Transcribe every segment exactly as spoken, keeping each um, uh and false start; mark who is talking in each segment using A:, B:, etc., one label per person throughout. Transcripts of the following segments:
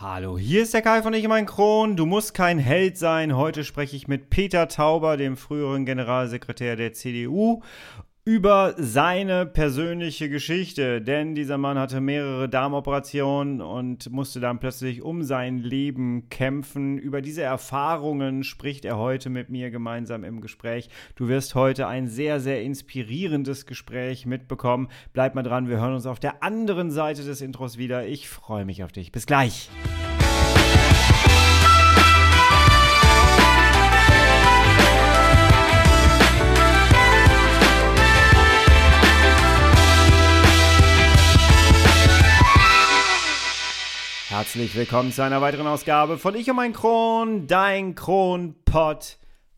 A: Hallo, hier ist der Kai von Ich und mein Kron. Du musst kein Held sein. Heute spreche ich mit Peter Tauber, dem früheren Generalsekretär der C D U, über seine persönliche Geschichte. Denn dieser Mann hatte mehrere Darmoperationen und musste dann plötzlich um sein Leben kämpfen. Über diese Erfahrungen spricht er heute mit mir gemeinsam im Gespräch. Du wirst heute ein sehr, sehr inspirierendes Gespräch mitbekommen. Bleib mal dran, wir hören uns auf der anderen Seite des Intros wieder. Ich freue mich auf dich. Bis gleich. Herzlich willkommen zu einer weiteren Ausgabe von Ich und mein Kron, dein Kronpott.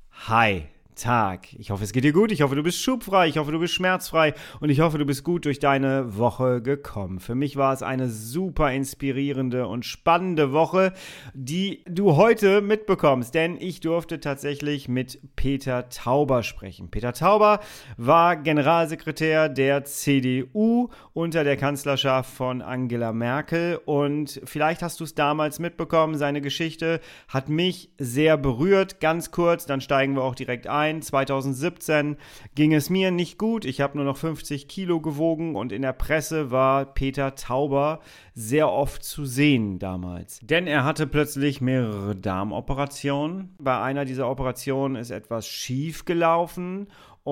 A: Hi, Tag. Ich hoffe, es geht dir gut. Ich hoffe, du bist schubfrei. Ich hoffe, du bist schmerzfrei. Und ich hoffe, du bist gut durch deine Woche gekommen. Für mich war es eine super inspirierende und spannende Woche, die du heute mitbekommst. Denn ich durfte tatsächlich mit Peter Tauber sprechen. Peter Tauber war Generalsekretär der C D U unter der Kanzlerschaft von Angela Merkel. Und vielleicht hast du es damals mitbekommen. Seine Geschichte hat mich sehr berührt. Ganz kurz, dann steigen wir auch direkt ein. zwanzig siebzehn ging es mir nicht gut. Ich habe nur noch fünfzig Kilo gewogen und in der Presse war Peter Tauber sehr oft zu sehen damals. Denn er hatte plötzlich mehrere Darmoperationen. Bei einer dieser Operationen ist etwas schief gelaufen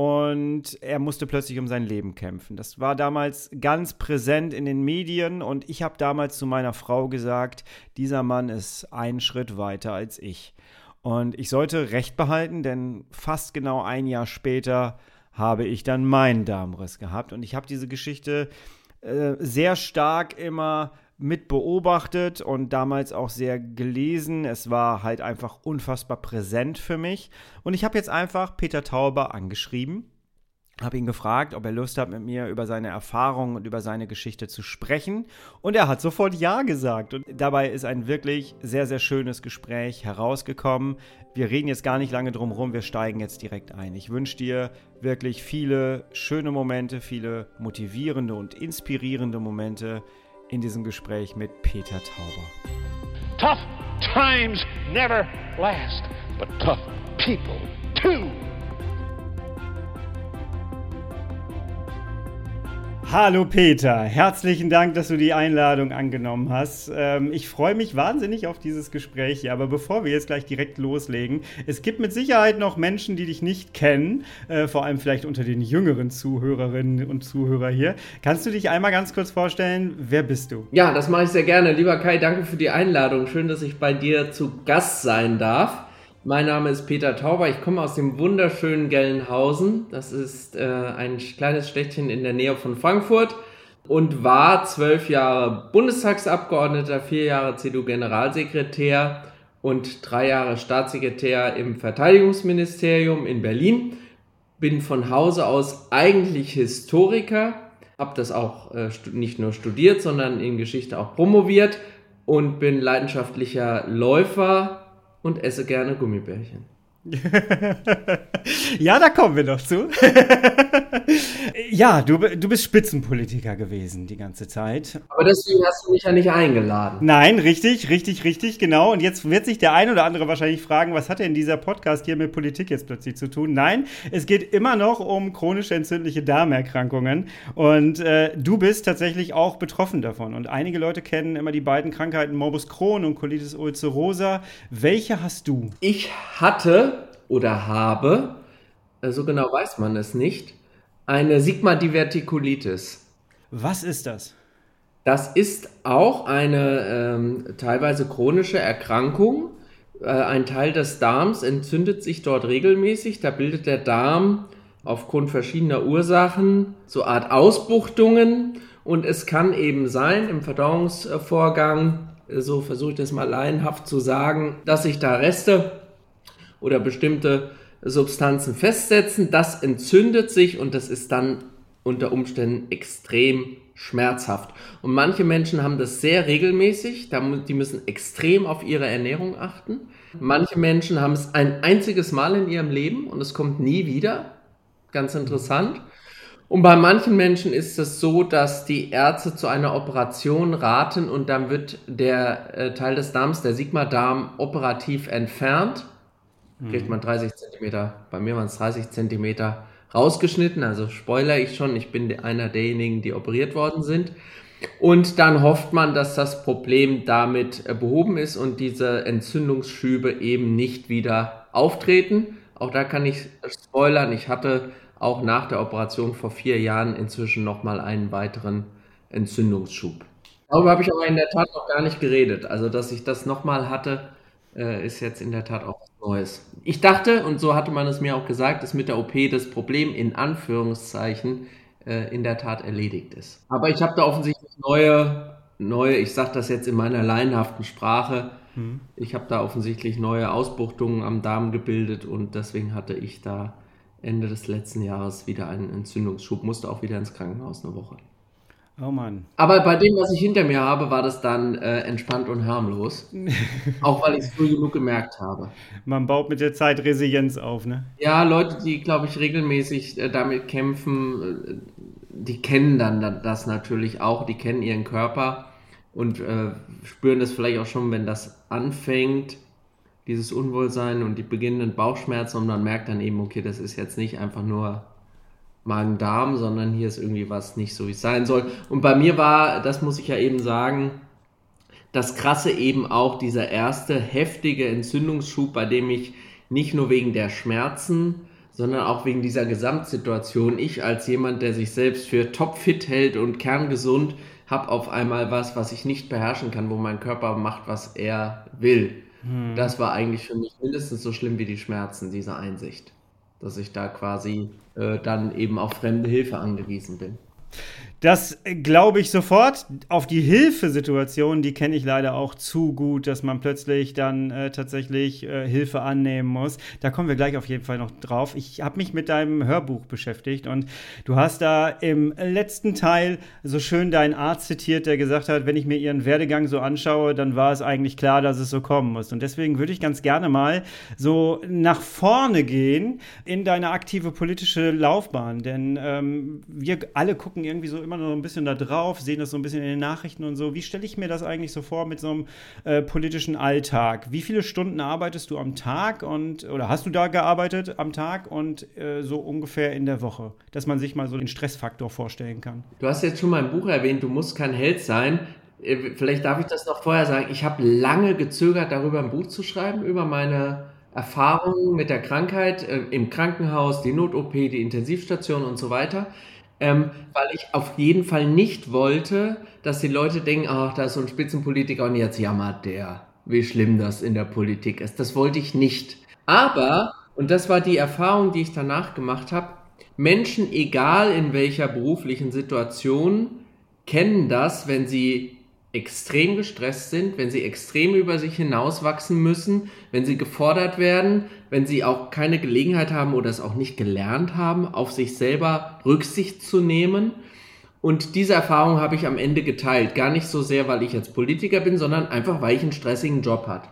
A: und er musste plötzlich um sein Leben kämpfen. Das war damals ganz präsent in den Medien und ich habe damals zu meiner Frau gesagt, dieser Mann ist einen Schritt weiter als ich. Und ich sollte Recht behalten, denn fast genau ein Jahr später habe ich dann meinen Darmriss gehabt. Und ich habe diese Geschichte äh, sehr stark immer mit beobachtet und damals auch sehr gelesen. Es war halt einfach unfassbar präsent für mich. Und ich habe jetzt einfach Peter Tauber angeschrieben, habe ihn gefragt, ob er Lust hat, mit mir über seine Erfahrungen und über seine Geschichte zu sprechen. Und er hat sofort Ja gesagt. Und dabei ist ein wirklich sehr, sehr schönes Gespräch herausgekommen. Wir reden jetzt gar nicht lange drum rum, wir steigen jetzt direkt ein. Ich wünsche dir wirklich viele schöne Momente, viele motivierende und inspirierende Momente in diesem Gespräch mit Peter Tauber.
B: Tough times never last, but tough people do.
A: Hallo Peter, herzlichen Dank, dass du die Einladung angenommen hast. Ähm, ich freue mich wahnsinnig auf dieses Gespräch hier, aber bevor wir jetzt gleich direkt loslegen, es gibt mit Sicherheit noch Menschen, die dich nicht kennen, äh, vor allem vielleicht unter den jüngeren Zuhörerinnen und Zuhörern hier. Kannst du dich einmal ganz kurz vorstellen, wer bist du?
C: Ja, das mache ich sehr gerne. Lieber Kai, danke für die Einladung. Schön, dass ich bei dir zu Gast sein darf. Mein Name ist Peter Tauber, ich komme aus dem wunderschönen Gelnhausen. Das ist äh, ein kleines Städtchen in der Nähe von Frankfurt und war zwölf Jahre Bundestagsabgeordneter, vier Jahre C D U-Generalsekretär und drei Jahre Staatssekretär im Verteidigungsministerium in Berlin. Bin von Hause aus eigentlich Historiker, habe das auch äh, nicht nur studiert, sondern in Geschichte auch promoviert und bin leidenschaftlicher Läufer und esse gerne Gummibärchen.
A: Ja, da kommen wir noch zu. Ja, du, du bist Spitzenpolitiker gewesen die ganze Zeit.
C: Aber deswegen hast du mich ja nicht eingeladen.
A: Nein, richtig, richtig, richtig, genau. Und jetzt wird sich der ein oder andere wahrscheinlich fragen, was hat denn dieser Podcast hier mit Politik jetzt plötzlich zu tun? Nein, es geht immer noch um chronische entzündliche Darmerkrankungen. Und äh, du bist tatsächlich auch betroffen davon. Und einige Leute kennen immer die beiden Krankheiten Morbus Crohn und Colitis ulcerosa. Welche hast du?
C: Ich hatte oder habe, so genau weiß man es nicht, eine Sigma-Divertikulitis.
A: Was ist das?
C: Das ist auch eine ähm, teilweise chronische Erkrankung. Äh, ein Teil des Darms entzündet sich dort regelmäßig. Da bildet der Darm aufgrund verschiedener Ursachen so eine Art Ausbuchtungen. Und es kann eben sein, im Verdauungsvorgang, so versuche ich das mal laienhaft zu sagen, dass sich da Reste oder bestimmte Substanzen festsetzen, das entzündet sich und das ist dann unter Umständen extrem schmerzhaft. Und manche Menschen haben das sehr regelmäßig, die müssen extrem auf ihre Ernährung achten. Manche Menschen haben es ein einziges Mal in ihrem Leben und es kommt nie wieder, ganz interessant. Und bei manchen Menschen ist es so, dass die Ärzte zu einer Operation raten und dann wird der äh, Teil des Darms, der Sigma-Darm, operativ entfernt. Kriegt man dreißig Zentimeter, bei mir waren es dreißig Zentimeter rausgeschnitten, also spoiler ich schon, ich bin einer derjenigen, die operiert worden sind. Und dann hofft man, dass das Problem damit äh, behoben ist und diese Entzündungsschübe eben nicht wieder auftreten. Auch da kann ich spoilern, ich hatte auch nach der Operation vor vier Jahren inzwischen nochmal einen weiteren Entzündungsschub. Darüber habe ich aber in der Tat noch gar nicht geredet. Also, dass ich das nochmal hatte, äh, ist jetzt in der Tat auch was Neues. Ich dachte, und so hatte man es mir auch gesagt, dass mit der O P das Problem in Anführungszeichen äh, in der Tat erledigt ist. Aber ich habe da offensichtlich neue, neue, ich sage das jetzt in meiner laienhaften Sprache, hm. ich habe da offensichtlich neue Ausbuchtungen am Darm gebildet und deswegen hatte ich da Ende des letzten Jahres wieder einen Entzündungsschub, musste auch wieder ins Krankenhaus eine Woche.
A: Oh Mann.
C: Aber bei dem, was ich hinter mir habe, war das dann äh, entspannt und harmlos. Auch weil ich es früh genug gemerkt habe.
A: Man baut mit der Zeit Resilienz auf, ne?
C: Ja, Leute, die, glaube ich, regelmäßig äh, damit kämpfen, äh, die kennen dann das natürlich auch, die kennen ihren Körper und äh, spüren das vielleicht auch schon, wenn das anfängt, dieses Unwohlsein und die beginnenden Bauchschmerzen und man merkt dann eben, okay, das ist jetzt nicht einfach nur Magen-Darm, sondern hier ist irgendwie was nicht so, wie es sein soll. Und bei mir war, das muss ich ja eben sagen, das Krasse eben auch dieser erste heftige Entzündungsschub, bei dem ich nicht nur wegen der Schmerzen, sondern auch wegen dieser Gesamtsituation, ich als jemand, der sich selbst für topfit hält und kerngesund, habe auf einmal was, was ich nicht beherrschen kann, wo mein Körper macht, was er will. Hm. Das war eigentlich für mich mindestens so schlimm wie die Schmerzen, diese Einsicht, dass ich da quasi äh, dann eben auf fremde Hilfe angewiesen bin.
A: Das glaube ich sofort. Auf die Hilfesituation, die kenne ich leider auch zu gut, dass man plötzlich dann äh, tatsächlich äh, Hilfe annehmen muss. Da kommen wir gleich auf jeden Fall noch drauf. Ich habe mich mit deinem Hörbuch beschäftigt und du hast da im letzten Teil so schön deinen Arzt zitiert, der gesagt hat, wenn ich mir ihren Werdegang so anschaue, dann war es eigentlich klar, dass es so kommen muss. Und deswegen würde ich ganz gerne mal so nach vorne gehen in deine aktive politische Laufbahn. Denn ähm, wir alle gucken irgendwie so immer noch ein bisschen da drauf, sehen das so ein bisschen in den Nachrichten und so. Wie stelle ich mir das eigentlich so vor mit so einem äh, politischen Alltag? Wie viele Stunden arbeitest du am Tag und oder hast du da gearbeitet am Tag und äh, so ungefähr in der Woche? Dass man sich mal so den Stressfaktor vorstellen kann.
C: Du hast jetzt schon mein Buch erwähnt, du musst kein Held sein. Vielleicht darf ich das noch vorher sagen. Ich habe lange gezögert, darüber ein Buch zu schreiben, über meine Erfahrungen mit der Krankheit äh, im Krankenhaus, die Not-O P, die Intensivstation und so weiter. Ähm, weil ich auf jeden Fall nicht wollte, dass die Leute denken, ach, da ist so ein Spitzenpolitiker und jetzt jammert der, wie schlimm das in der Politik ist. Das wollte ich nicht. Aber, und das war die Erfahrung, die ich danach gemacht habe, Menschen, egal in welcher beruflichen Situation, kennen das, wenn sie extrem gestresst sind, wenn sie extrem über sich hinauswachsen müssen, wenn sie gefordert werden, wenn sie auch keine Gelegenheit haben oder es auch nicht gelernt haben, auf sich selber Rücksicht zu nehmen. Und diese Erfahrung habe ich am Ende geteilt. Gar nicht so sehr, weil ich jetzt Politiker bin, sondern einfach, weil ich einen stressigen Job hat,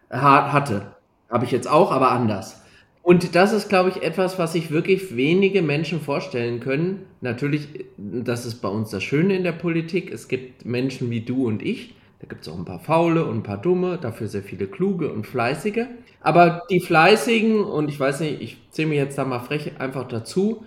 C: hatte. Habe ich jetzt auch, aber anders. Und das ist, glaube ich, etwas, was sich wirklich wenige Menschen vorstellen können. Natürlich, das ist bei uns das Schöne in der Politik. Es gibt Menschen wie du und ich. Da gibt es auch ein paar Faule und ein paar Dumme, dafür sehr viele Kluge und Fleißige. Aber die Fleißigen, und ich weiß nicht, ich zähle mich jetzt da mal frech einfach dazu,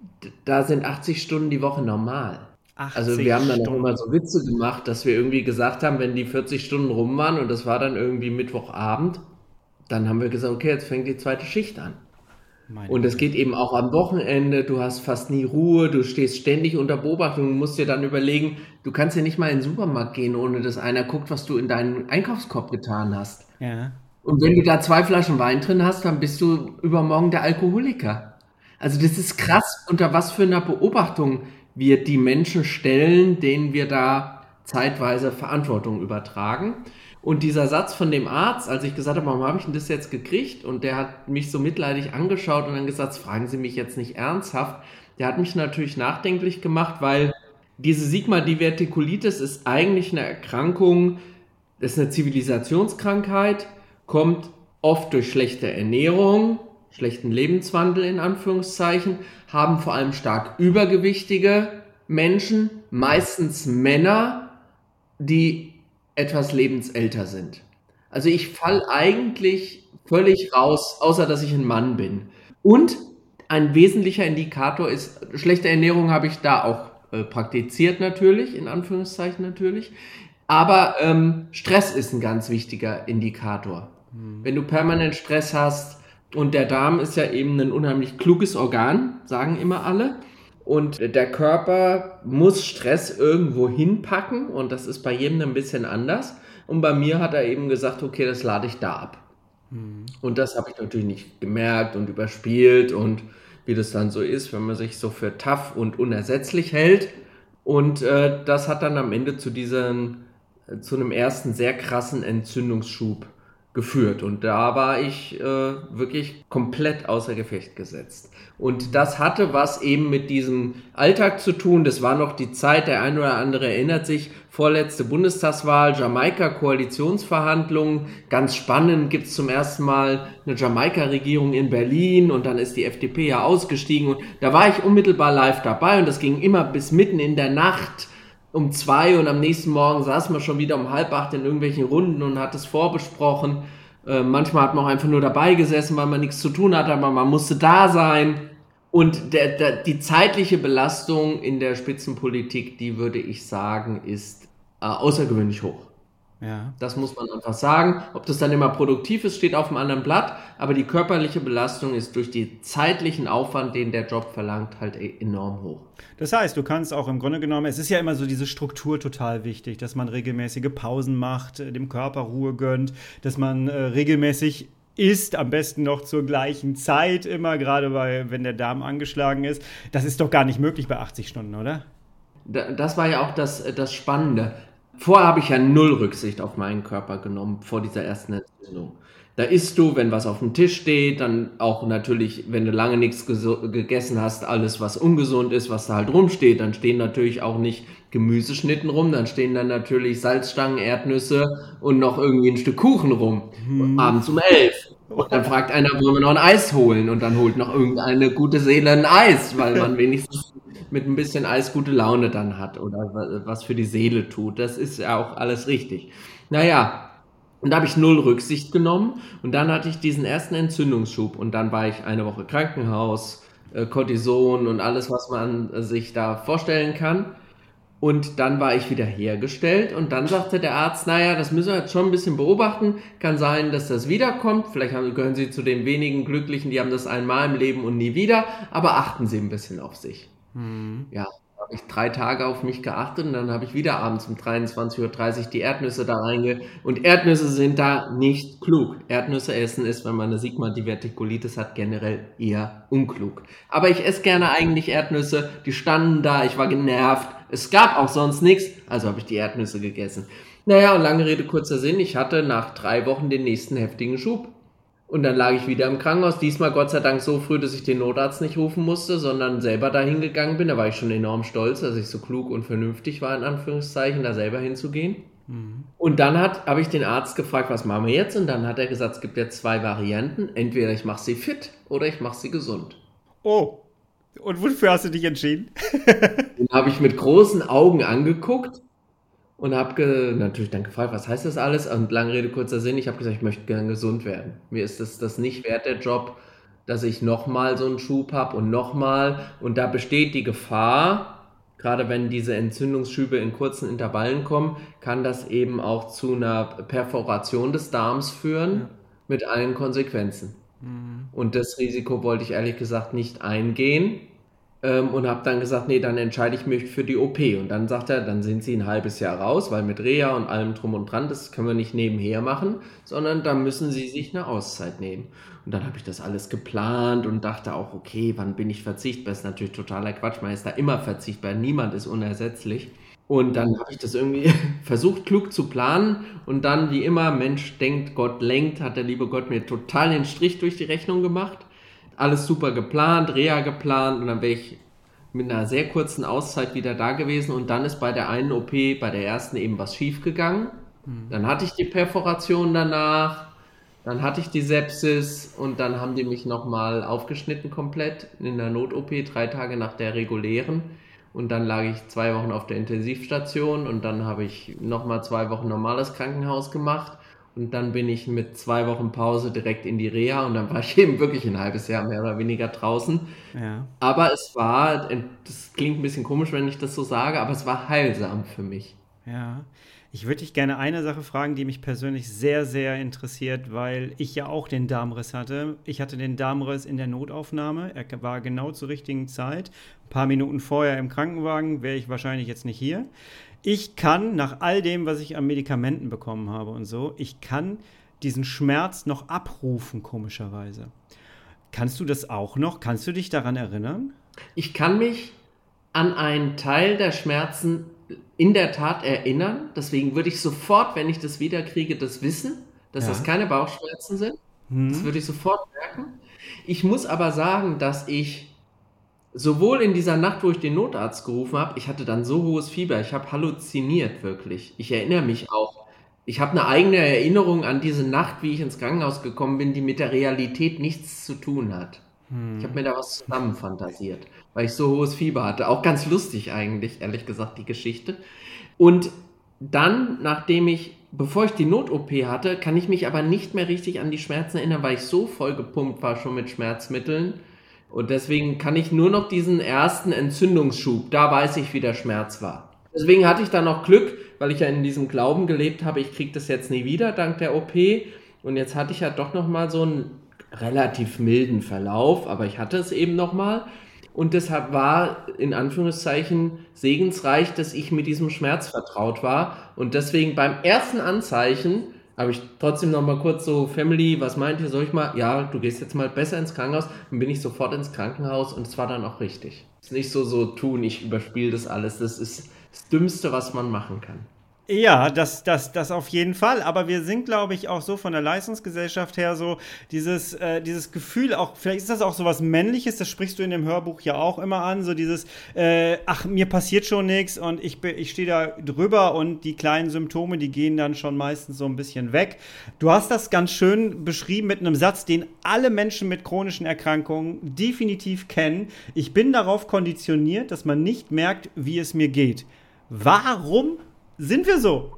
C: da sind achtzig Stunden die Woche normal. Also wir haben dann auch immer so Witze gemacht, dass wir irgendwie gesagt haben, wenn die vierzig Stunden rum waren und das war dann irgendwie Mittwochabend, dann haben wir gesagt, okay, jetzt fängt die zweite Schicht an. Meine und es geht eben auch am Wochenende, du hast fast nie Ruhe, du stehst ständig unter Beobachtung, du musst dir dann überlegen, du kannst ja nicht mal in den Supermarkt gehen, ohne dass einer guckt, was du in deinen Einkaufskorb getan hast.
A: Ja.
C: Und wenn du da zwei Flaschen Wein drin hast, dann bist du übermorgen der Alkoholiker. Also das ist krass, unter was für einer Beobachtung wir die Menschen stellen, denen wir da zeitweise Verantwortung übertragen. Und dieser Satz von dem Arzt, als ich gesagt habe, warum habe ich denn das jetzt gekriegt? Und der hat mich so mitleidig angeschaut und dann gesagt, fragen Sie mich jetzt nicht ernsthaft. Der hat mich natürlich nachdenklich gemacht, weil diese Sigma-Divertikulitis ist eigentlich eine Erkrankung, das ist eine Zivilisationskrankheit, kommt oft durch schlechte Ernährung, schlechten Lebenswandel in Anführungszeichen, haben vor allem stark übergewichtige Menschen, meistens Männer, die etwas lebensälter sind. Also ich falle eigentlich völlig raus, außer dass ich ein Mann bin. Und ein wesentlicher Indikator ist, schlechte Ernährung habe ich da auch äh, praktiziert natürlich, in Anführungszeichen natürlich. Aber ähm, Stress ist ein ganz wichtiger Indikator. Hm. Wenn du permanent Stress hast, und der Darm ist ja eben ein unheimlich kluges Organ, sagen immer alle. Und der Körper muss Stress irgendwo hinpacken und das ist bei jedem ein bisschen anders. Und bei mir hat er eben gesagt, okay, das lade ich da ab. Hm. Und das habe ich natürlich nicht gemerkt und überspielt und wie das dann so ist, wenn man sich so für tough und unersetzlich hält. Und äh, das hat dann am Ende zu diesem, äh, zu einem ersten sehr krassen Entzündungsschub geführt. Und da war ich äh, wirklich komplett außer Gefecht gesetzt. Und das hatte was eben mit diesem Alltag zu tun. Das war noch die Zeit, der ein oder andere erinnert sich, vorletzte Bundestagswahl, Jamaika-Koalitionsverhandlungen. Ganz spannend, gibt es zum ersten Mal eine Jamaika-Regierung in Berlin und dann ist die F D P ja ausgestiegen. Und da war ich unmittelbar live dabei und das ging immer bis mitten in der Nacht um zwei und am nächsten Morgen saß man schon wieder um halb acht in irgendwelchen Runden und hat es vorbesprochen. Äh, manchmal hat man auch einfach nur dabei gesessen, weil man nichts zu tun hatte, aber man musste da sein. Und der, der, die zeitliche Belastung in der Spitzenpolitik, die würde ich sagen, ist äh, außergewöhnlich hoch. Ja. Das muss man einfach sagen. Ob das dann immer produktiv ist, steht auf einem anderen Blatt, aber die körperliche Belastung ist durch den zeitlichen Aufwand, den der Job verlangt, halt enorm hoch.
A: Das heißt, du kannst auch im Grunde genommen, es ist ja immer so diese Struktur total wichtig, dass man regelmäßige Pausen macht, dem Körper Ruhe gönnt, dass man äh, regelmäßig isst, am besten noch zur gleichen Zeit immer, gerade weil, wenn der Darm angeschlagen ist. Das ist doch gar nicht möglich bei achtzig Stunden, oder?
C: Das war ja auch das, das Spannende. Vorher habe ich ja null Rücksicht auf meinen Körper genommen, vor dieser ersten Entzündung. Da isst du, wenn was auf dem Tisch steht, dann auch natürlich, wenn du lange nichts ges- gegessen hast, alles, was ungesund ist, was da halt rumsteht, dann stehen natürlich auch nicht Gemüseschnitten rum, dann stehen dann natürlich Salzstangen, Erdnüsse und noch irgendwie ein Stück Kuchen rum, hm. abends um elf. Und dann fragt einer, wollen wir noch ein Eis holen? Und dann holt noch irgendeine gute Seele ein Eis, weil man wenigstens mit ein bisschen Eis gute Laune dann hat oder was für die Seele tut. Das ist ja auch alles richtig. Naja, und da habe ich null Rücksicht genommen und dann hatte ich diesen ersten Entzündungsschub und dann war ich eine Woche Krankenhaus, äh, Cortison und alles, was man äh, sich da vorstellen kann. Und dann war ich wieder hergestellt und dann sagte der Arzt, naja, das müssen wir jetzt schon ein bisschen beobachten. Kann sein, dass das wiederkommt. Vielleicht haben, gehören Sie zu den wenigen Glücklichen, die haben das einmal im Leben und nie wieder. Aber achten Sie ein bisschen auf sich. Mhm. Ja, da habe ich drei Tage auf mich geachtet und dann habe ich wieder abends um dreiundzwanzig Uhr dreißig die Erdnüsse da reinge... Und Erdnüsse sind da nicht klug. Erdnüsse essen ist, wenn man eine Sigma-Divertikulitis hat, generell eher unklug. Aber ich esse gerne eigentlich Erdnüsse. Die standen da, ich war genervt. Es gab auch sonst nichts, also habe ich die Erdnüsse gegessen. Naja, und lange Rede, kurzer Sinn, ich hatte nach drei Wochen den nächsten heftigen Schub. Und dann lag ich wieder im Krankenhaus, diesmal Gott sei Dank so früh, dass ich den Notarzt nicht rufen musste, sondern selber dahin gegangen bin. Da war ich schon enorm stolz, dass ich so klug und vernünftig war, in Anführungszeichen, da selber hinzugehen. Mhm. Und dann hat, habe ich den Arzt gefragt, was machen wir jetzt? Und dann hat er gesagt, es gibt jetzt zwei Varianten. Entweder ich mache sie fit oder ich mache sie gesund.
A: Oh. Und wofür hast du dich entschieden?
C: Den habe ich mit großen Augen angeguckt und habe ge- natürlich dann gefragt, was heißt das alles? Und lange Rede, kurzer Sinn, ich habe gesagt, ich möchte gerne gesund werden. Mir ist das, das nicht wert, der Job, dass ich nochmal so einen Schub habe und nochmal. Und da besteht die Gefahr, gerade wenn diese Entzündungsschübe in kurzen Intervallen kommen, kann das eben auch zu einer Perforation des Darms führen, ja, mit allen Konsequenzen. Mhm. Und das Risiko wollte ich ehrlich gesagt nicht eingehen. Ähm, und habe dann gesagt, nee, dann entscheide ich mich für die O P. Und dann sagt er, dann sind Sie ein halbes Jahr raus, weil mit Reha und allem drum und dran, das können wir nicht nebenher machen, sondern da müssen Sie sich eine Auszeit nehmen. Und dann habe ich das alles geplant und dachte auch, okay, wann bin ich verzichtbar? Das ist natürlich totaler Quatsch, man ist da immer verzichtbar, niemand ist unersetzlich. Und dann habe ich das irgendwie versucht, klug zu planen und dann, wie immer, Mensch denkt, Gott lenkt, hat der liebe Gott mir total den Strich durch die Rechnung gemacht. Alles super geplant, Reha geplant und dann wäre ich mit einer sehr kurzen Auszeit wieder da gewesen und dann ist bei der einen O P, bei der ersten eben was schief gegangen. Mhm. Dann hatte ich die Perforation danach Dann hatte ich die Sepsis und dann haben die mich nochmal aufgeschnitten komplett in der Not-O P, drei Tage nach der regulären. Und dann lag ich zwei Wochen auf der Intensivstation und dann habe ich nochmal zwei Wochen normales Krankenhaus gemacht. Und dann bin ich mit zwei Wochen Pause direkt in die Reha und dann war ich eben wirklich ein halbes Jahr mehr oder weniger draußen.
A: Ja.
C: Aber es war, das klingt ein bisschen komisch, wenn ich das so sage, aber es war heilsam für mich.
A: Ja, ich würde dich gerne eine Sache fragen, die mich persönlich sehr, sehr interessiert, weil ich ja auch den Darmriss hatte. Ich hatte den Darmriss in der Notaufnahme. Er war genau zur richtigen Zeit. Ein paar Minuten vorher im Krankenwagen wäre ich wahrscheinlich jetzt nicht hier. Ich kann, nach all dem, was ich an Medikamenten bekommen habe und so, ich kann diesen Schmerz noch abrufen, komischerweise. Kannst du das auch noch? Kannst du dich daran erinnern?
C: Ich kann mich an einen Teil der Schmerzen in der Tat erinnern. Deswegen würde ich sofort, wenn ich das wiederkriege, das wissen, dass
A: Ja.
C: das keine Bauchschmerzen sind.
A: Hm.
C: Das würde ich sofort merken. Ich muss aber sagen, dass ich sowohl in dieser Nacht, wo ich den Notarzt gerufen habe, ich hatte dann so hohes Fieber, ich habe halluziniert wirklich. Ich erinnere mich auch. Ich habe eine eigene Erinnerung an diese Nacht, wie ich ins Krankenhaus gekommen bin, die mit der Realität nichts zu tun hat. Ich habe mir da was zusammenfantasiert, weil ich so hohes Fieber hatte. Auch ganz lustig eigentlich, ehrlich gesagt, die Geschichte. Und dann, nachdem ich, bevor ich die Not-O P hatte, kann ich mich aber nicht mehr richtig an die Schmerzen erinnern, weil ich so voll gepumpt war schon mit Schmerzmitteln. Und deswegen kann ich nur noch diesen ersten Entzündungsschub, da weiß ich, wie der Schmerz war. Deswegen hatte ich dann noch Glück, weil ich ja in diesem Glauben gelebt habe, ich kriege das jetzt nie wieder dank der O P. Und jetzt hatte ich ja doch nochmal so einen relativ milden Verlauf, aber ich hatte es eben nochmal. Und deshalb war in Anführungszeichen segensreich, dass ich mit diesem Schmerz vertraut war. Und deswegen beim ersten Anzeichen habe ich trotzdem nochmal kurz so, Family, was meint ihr, soll ich mal, ja, du gehst jetzt mal besser ins Krankenhaus. Dann bin ich sofort ins Krankenhaus und es war dann auch richtig. Es ist nicht so, so tun, ich überspiele das alles. Das ist das Dümmste, was man machen kann.
A: Ja, das, das, das auf jeden Fall. Aber wir sind, glaube ich, auch so von der Leistungsgesellschaft her so dieses, äh, dieses Gefühl, auch vielleicht ist das auch so was Männliches, das sprichst du in dem Hörbuch ja auch immer an, so dieses, äh, ach, mir passiert schon nichts und ich, ich stehe da drüber und die kleinen Symptome, die gehen dann schon meistens so ein bisschen weg. Du hast das ganz schön beschrieben mit einem Satz, den alle Menschen mit chronischen Erkrankungen definitiv kennen. Ich bin darauf konditioniert, dass man nicht merkt, wie es mir geht. Warum sind wir so?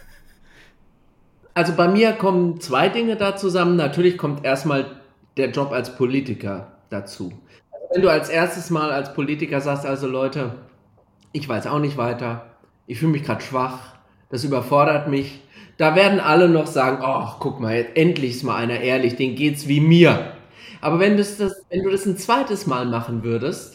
C: Also bei mir kommen zwei Dinge da zusammen. Natürlich kommt erstmal der Job als Politiker dazu. Also wenn du als erstes mal als Politiker sagst, also Leute, ich weiß auch nicht weiter, ich fühle mich gerade schwach, das überfordert mich, da werden alle noch sagen, oh, guck mal, jetzt endlich ist mal einer ehrlich, denen geht's wie mir. Aber wenn, das, das, wenn du das ein zweites Mal machen würdest,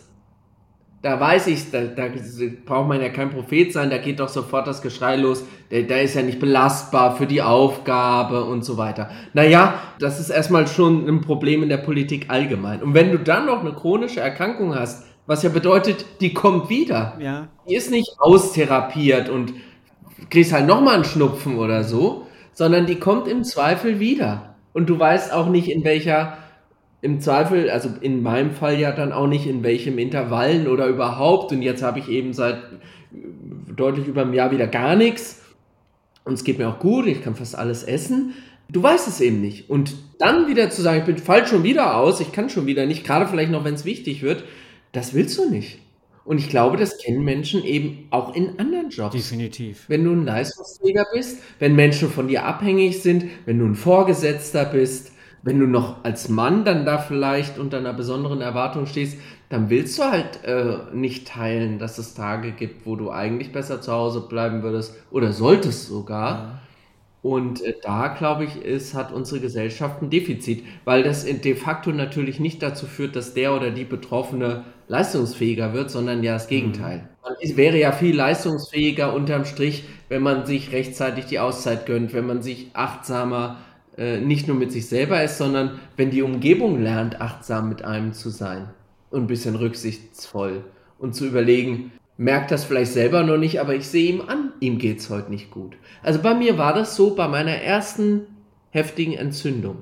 C: da weiß ich, da, da braucht man ja kein Prophet sein, da geht doch sofort das Geschrei los, der, der ist ja nicht belastbar für die Aufgabe und so weiter. Naja, das ist erstmal schon ein Problem in der Politik allgemein. Und wenn du dann noch eine chronische Erkrankung hast, was ja bedeutet, die kommt wieder.
A: Ja.
C: Die ist nicht austherapiert und kriegst halt nochmal einen Schnupfen oder so, sondern die kommt im Zweifel wieder. Und du weißt auch nicht, in welcher Im Zweifel, also in meinem Fall ja dann auch nicht, in welchem Intervallen oder überhaupt. Und jetzt habe ich eben seit deutlich über einem Jahr wieder gar nichts. Und es geht mir auch gut, ich kann fast alles essen. Du weißt es eben nicht. Und dann wieder zu sagen, ich bin fall schon wieder aus, ich kann schon wieder nicht, gerade vielleicht noch, wenn es wichtig wird, das willst du nicht. Und ich glaube, das kennen Menschen eben auch in anderen Jobs.
A: Definitiv.
C: Wenn du ein Leistungsträger bist, wenn Menschen von dir abhängig sind, wenn du ein Vorgesetzter bist, wenn du noch als Mann dann da vielleicht unter einer besonderen Erwartung stehst, dann willst du halt äh, nicht teilen, dass es Tage gibt, wo du eigentlich besser zu Hause bleiben würdest oder solltest sogar. Ja. Und äh, da, glaube ich, ist, hat unsere Gesellschaft ein Defizit, weil das de facto natürlich nicht dazu führt, dass der oder die Betroffene leistungsfähiger wird, sondern ja das Gegenteil. Mhm. Man ist, wäre ja viel leistungsfähiger unterm Strich, wenn man sich rechtzeitig die Auszeit gönnt, wenn man sich achtsamer nicht nur mit sich selber ist, sondern wenn die Umgebung lernt, achtsam mit einem zu sein und ein bisschen rücksichtsvoll und zu überlegen, merkt das vielleicht selber noch nicht, aber ich sehe ihm an, ihm geht's heute nicht gut. Also bei mir war das so, bei meiner ersten heftigen Entzündung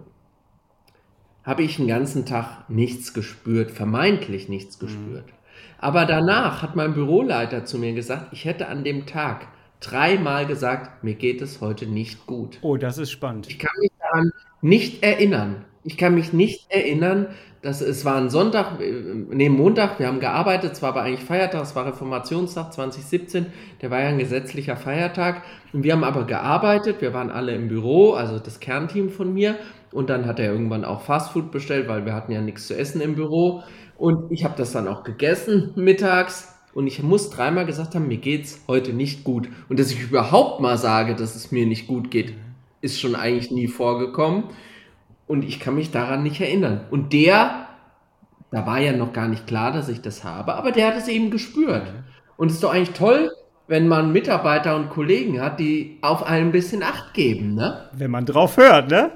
C: habe ich den ganzen Tag nichts gespürt, vermeintlich nichts gespürt. Mhm. Aber danach hat mein Büroleiter zu mir gesagt, ich hätte an dem Tag dreimal gesagt, mir geht es heute nicht gut.
A: Oh, das ist spannend.
C: Ich kann mich da daran nicht erinnern. Ich kann mich nicht erinnern, dass es war ein Sonntag, nee, Montag, wir haben gearbeitet, es war aber eigentlich Feiertag, es war Reformationstag zwanzig siebzehn, der war ja ein gesetzlicher Feiertag und wir haben aber gearbeitet, wir waren alle im Büro, also das Kernteam von mir und dann hat er irgendwann auch Fastfood bestellt, weil wir hatten ja nichts zu essen im Büro und ich habe das dann auch gegessen mittags und ich muss dreimal gesagt haben, mir geht's heute nicht gut und dass ich überhaupt mal sage, dass es mir nicht gut geht, ist schon eigentlich nie vorgekommen. Und ich kann mich daran nicht erinnern. Und der, da war ja noch gar nicht klar, dass ich das habe, aber der hat es eben gespürt. Und es ist doch eigentlich toll, wenn man Mitarbeiter und Kollegen hat, die auf einen ein bisschen Acht geben, ne?
A: Wenn man drauf hört, ne?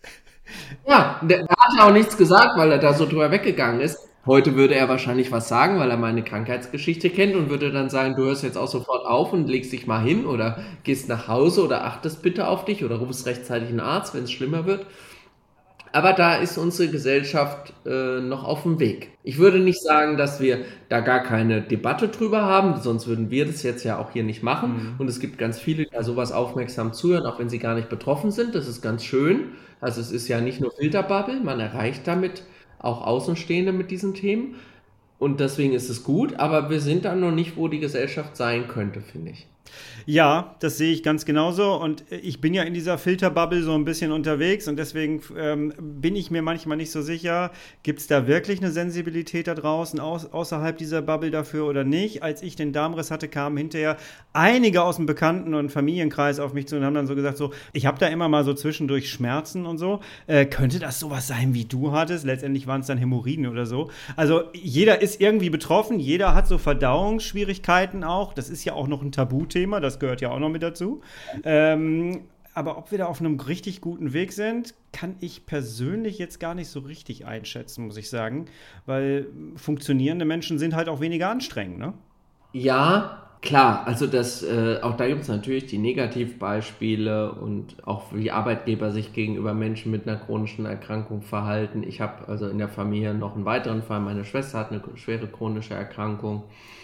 C: Ja, der, der hat ja auch nichts gesagt, weil er da so drüber weggegangen ist. Heute würde er wahrscheinlich was sagen, weil er meine Krankheitsgeschichte kennt und würde dann sagen, du hörst jetzt auch sofort auf und legst dich mal hin oder gehst nach Hause oder achtest bitte auf dich oder rufst rechtzeitig einen Arzt, wenn es schlimmer wird. Aber da ist unsere Gesellschaft äh, noch auf dem Weg. Ich würde nicht sagen, dass wir da gar keine Debatte drüber haben, sonst würden wir das jetzt ja auch hier nicht machen. Mhm. Und es gibt ganz viele, die da sowas aufmerksam zuhören, auch wenn sie gar nicht betroffen sind. Das ist ganz schön. Also es ist ja nicht nur Filterbubble, man erreicht damit auch Außenstehende mit diesen Themen. Und deswegen ist es gut, aber wir sind da noch nicht, wo die Gesellschaft sein könnte, finde ich.
A: Ja, das sehe ich ganz genauso und ich bin ja in dieser Filterbubble so ein bisschen unterwegs und deswegen ähm, bin ich mir manchmal nicht so sicher, gibt es da wirklich eine Sensibilität da draußen aus, außerhalb dieser Bubble dafür oder nicht. Als ich den Darmriss hatte, kamen hinterher einige aus dem Bekannten- und Familienkreis auf mich zu und haben dann so gesagt, so, ich habe da immer mal so zwischendurch Schmerzen und so. Äh, könnte das sowas sein, wie du hattest? Letztendlich waren es dann Hämorrhoiden oder so. Also jeder ist irgendwie betroffen, jeder hat so Verdauungsschwierigkeiten auch. Das ist ja auch noch ein Tabuthema, das gehört ja auch noch mit dazu. Ähm, aber ob wir da auf einem richtig guten Weg sind, kann ich persönlich jetzt gar nicht so richtig einschätzen, muss ich sagen. Weil funktionierende Menschen sind halt auch weniger anstrengend, ne?
C: Ja, klar. Also das, äh, auch da gibt es natürlich die Negativbeispiele und auch wie Arbeitgeber sich gegenüber Menschen mit einer chronischen Erkrankung verhalten. Ich habe also in der Familie noch einen weiteren Fall. Meine Schwester hat eine schwere chronische Erkrankung.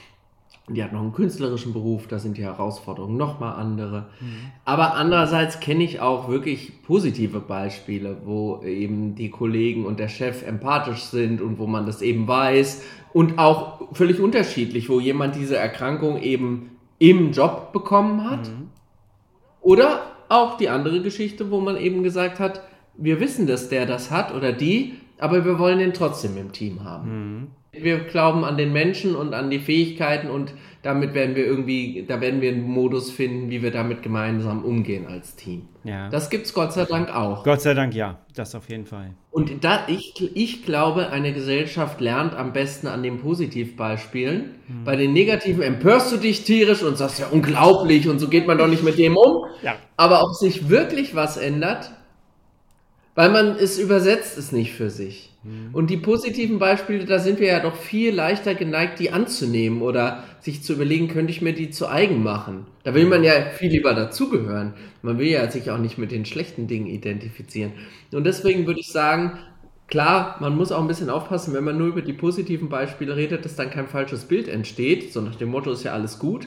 C: Die hat noch einen künstlerischen Beruf, da sind die Herausforderungen nochmal andere. Mhm. Aber andererseits kenne ich auch wirklich positive Beispiele, wo eben die Kollegen und der Chef empathisch sind und wo man das eben weiß. Und auch völlig unterschiedlich, wo jemand diese Erkrankung eben im Job bekommen hat. Mhm. Oder auch die andere Geschichte, wo man eben gesagt hat, wir wissen, dass der das hat oder die, aber wir wollen den trotzdem im Team haben. Mhm. Wir glauben an den Menschen und an die Fähigkeiten und damit werden wir irgendwie, da werden wir einen Modus finden, wie wir damit gemeinsam umgehen als Team. Ja. Das gibt's Gott sei Dank auch.
A: Gott sei Dank, ja, das auf jeden Fall.
C: Und da, ich, ich glaube, eine Gesellschaft lernt am besten an den Positivbeispielen. Hm. Bei den Negativen empörst du dich tierisch und sagst, ja unglaublich und so geht man doch nicht mit dem um. Ja. Aber ob sich wirklich was ändert, weil man es übersetzt es nicht für sich. Mhm. Und die positiven Beispiele, da sind wir ja doch viel leichter geneigt, die anzunehmen oder sich zu überlegen, könnte ich mir die zu eigen machen. Da will man ja viel lieber dazugehören. Man will ja sich auch nicht mit den schlechten Dingen identifizieren. Und deswegen würde ich sagen, klar, man muss auch ein bisschen aufpassen, wenn man nur über die positiven Beispiele redet, dass dann kein falsches Bild entsteht. So nach dem Motto, ist ja alles gut.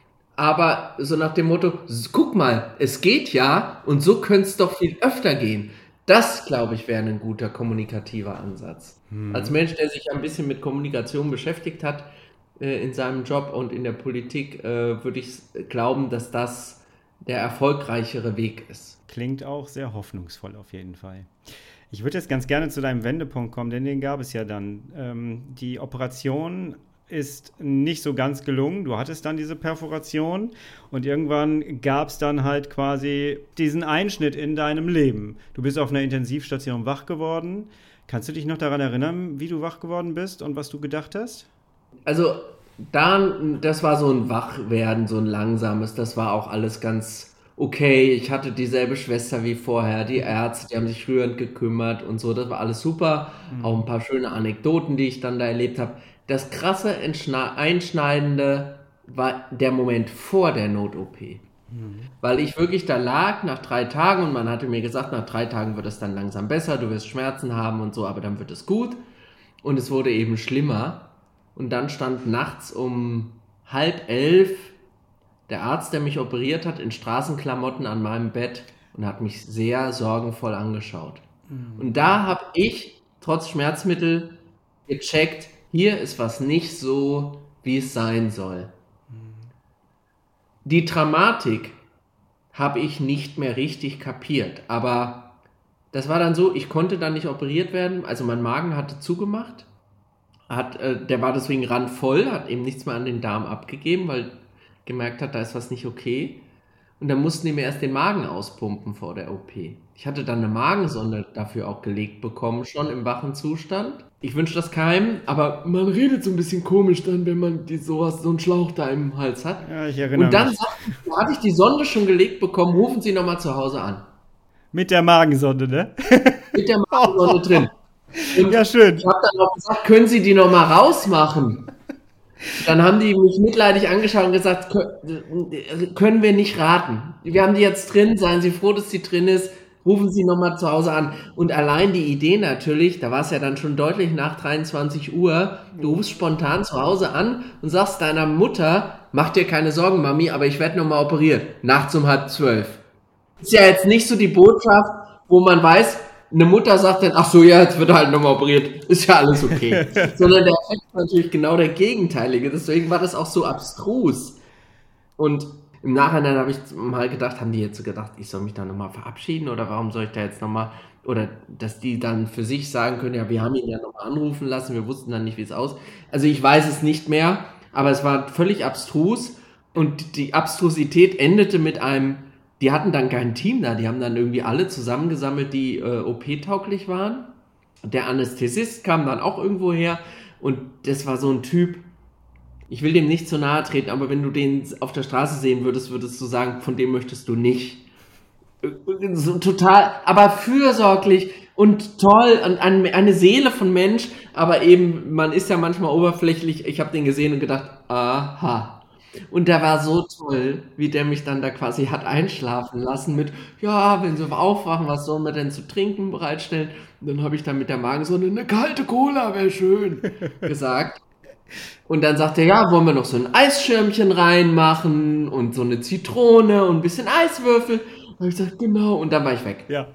C: Aber so nach dem Motto, guck mal, es geht ja und so könnte es doch viel öfter gehen. Das, glaube ich, wäre ein guter kommunikativer Ansatz. Hm. Als Mensch, der sich ein bisschen mit Kommunikation beschäftigt hat äh, in seinem Job und in der Politik, äh, würde ich glauben, dass das der erfolgreichere Weg ist.
A: Klingt auch sehr hoffnungsvoll auf jeden Fall. Ich würde jetzt ganz gerne zu deinem Wendepunkt kommen, denn den gab es ja dann. Ähm, die Operation ist nicht so ganz gelungen. Du hattest dann diese Perforation und irgendwann gab es dann halt quasi diesen Einschnitt in deinem Leben. Du bist auf einer Intensivstation wach geworden. Kannst du dich noch daran erinnern, wie du wach geworden bist und was du gedacht hast?
C: Also dann, das war so ein Wachwerden, so ein langsames. Das war auch alles ganz okay. Ich hatte dieselbe Schwester wie vorher, die Ärzte, die haben sich rührend gekümmert und so. Das war alles super. Mhm. Auch ein paar schöne Anekdoten, die ich dann da erlebt habe. Das krasse, Einschneidende war der Moment vor der Not-O P. Mhm. Weil ich wirklich da lag nach drei Tagen und man hatte mir gesagt, nach drei Tagen wird es dann langsam besser, du wirst Schmerzen haben und so, aber dann wird es gut. Und es wurde eben schlimmer. Und dann stand nachts um halb elf der Arzt, der mich operiert hat, in Straßenklamotten an meinem Bett und hat mich sehr sorgenvoll angeschaut. Und da habe ich trotz Schmerzmittel gecheckt, hier ist was nicht so, wie es sein soll. Die Dramatik habe ich nicht mehr richtig kapiert, aber das war dann so, ich konnte dann nicht operiert werden, also mein Magen hatte zugemacht, hat, äh, der war deswegen randvoll, hat eben nichts mehr an den Darm abgegeben, weil gemerkt hat, da ist was nicht okay. Und dann mussten die mir erst den Magen auspumpen vor der O P. Ich hatte dann eine Magensonde dafür auch gelegt bekommen, schon im wachen Zustand. Ich wünsche das keinem, aber man redet so ein bisschen komisch dann, wenn man die sowas, so einen Schlauch da im Hals hat.
A: Ja, ich erinnere
C: Und dann
A: mich.
C: sagte, da hatte ich die Sonde schon gelegt bekommen, rufen Sie nochmal zu Hause an.
A: Mit der Magensonde, ne?
C: Mit der Magensonde drin. Und
A: Ja, schön.
C: ich habe dann noch gesagt, können Sie die nochmal rausmachen? Dann haben die mich mitleidig angeschaut und gesagt, können wir nicht raten. Wir haben die jetzt drin, seien Sie froh, dass die drin ist, rufen Sie nochmal zu Hause an. Und allein die Idee natürlich, da war es ja dann schon deutlich nach dreiundzwanzig Uhr, du rufst spontan zu Hause an und sagst deiner Mutter, mach dir keine Sorgen, Mami, aber ich werde nochmal operiert, nachts um halb zwölf. Ist ja jetzt nicht so die Botschaft, wo man weiß, eine Mutter sagt dann, ach so, ja, jetzt wird halt nochmal operiert, ist ja alles okay. Sondern der Effekt ist natürlich genau der gegenteilige, deswegen war das auch so abstrus. Und im Nachhinein habe ich mal gedacht, haben die jetzt so gedacht, ich soll mich da nochmal verabschieden oder warum soll ich da jetzt nochmal, oder dass die dann für sich sagen können, ja, wir haben ihn ja nochmal anrufen lassen, wir wussten dann nicht, wie es aussieht. Also ich weiß es nicht mehr, aber es war völlig abstrus und die Abstrusität endete mit einem, die hatten dann kein Team da, die haben dann irgendwie alle zusammengesammelt, die äh, O P-tauglich waren. Der Anästhesist kam dann auch irgendwo her und das war so ein Typ, ich will dem nicht zu nahe treten, aber wenn du den auf der Straße sehen würdest, würdest du sagen, von dem möchtest du nicht. So total, aber fürsorglich und toll und eine Seele von Mensch, aber eben, man ist ja manchmal oberflächlich, ich habe den gesehen und gedacht, aha. Und der war so toll, wie der mich dann da quasi hat einschlafen lassen mit, ja, wenn Sie aufwachen, was sollen wir denn zu trinken bereitstellen? Und dann habe ich dann mit der Magensonde, eine kalte Cola wäre schön, gesagt. Und dann sagt er, ja, wollen wir noch so ein Eisschirmchen reinmachen und so eine Zitrone und ein bisschen Eiswürfel? Und habe ich gesagt, genau, und dann war ich weg.
A: Ja.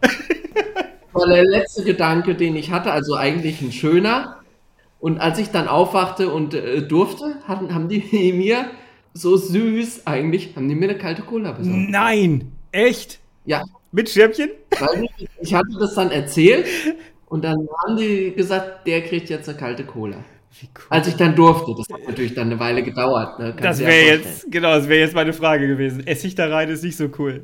C: Das war der letzte Gedanke, den ich hatte, also eigentlich ein schöner. Und als ich dann aufwachte und äh, durfte, hatten, haben die mir so süß eigentlich, haben die mir eine kalte Cola besorgt.
A: Nein, echt?
C: Ja.
A: Mit Schirmchen?
C: Weil ich, ich hatte das dann erzählt und dann haben die gesagt, der kriegt jetzt eine kalte Cola.
A: Wie cool.
C: Als ich dann durfte, das hat natürlich dann eine Weile gedauert. Ne?
A: Das wäre jetzt, genau, das wäre jetzt meine Frage gewesen. Essig da rein ist nicht so cool.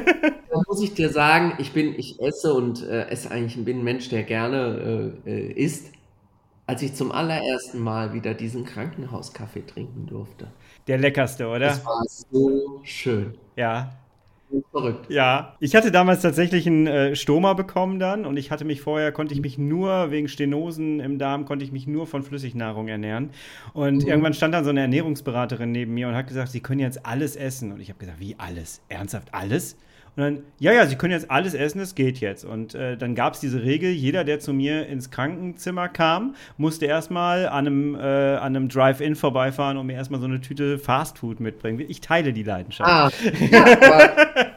C: Da muss ich dir sagen, ich bin, ich esse und äh, esse eigentlich, bin ein Mensch, der gerne äh, äh, isst. Als ich zum allerersten Mal wieder diesen Krankenhauskaffee trinken durfte.
A: Der leckerste, oder?
C: Das war so schön.
A: Ja.
C: Verrückt.
A: Ja, ich hatte damals tatsächlich einen äh, Stoma bekommen dann und ich hatte mich vorher, konnte ich mich nur, wegen Stenosen im Darm, konnte ich mich nur von Flüssignahrung ernähren. Und mhm. irgendwann stand dann so eine Ernährungsberaterin neben mir und hat gesagt, Sie können jetzt alles essen. Und ich habe gesagt, wie alles? Ernsthaft alles? Und dann, ja, ja, Sie können jetzt alles essen, es geht jetzt. Und äh, dann gab es diese Regel, jeder, der zu mir ins Krankenzimmer kam, musste erstmal an einem, äh, an einem Drive-In vorbeifahren und mir erstmal so eine Tüte Fastfood mitbringen. Ich teile die Leidenschaft.
C: Ah, ja, aber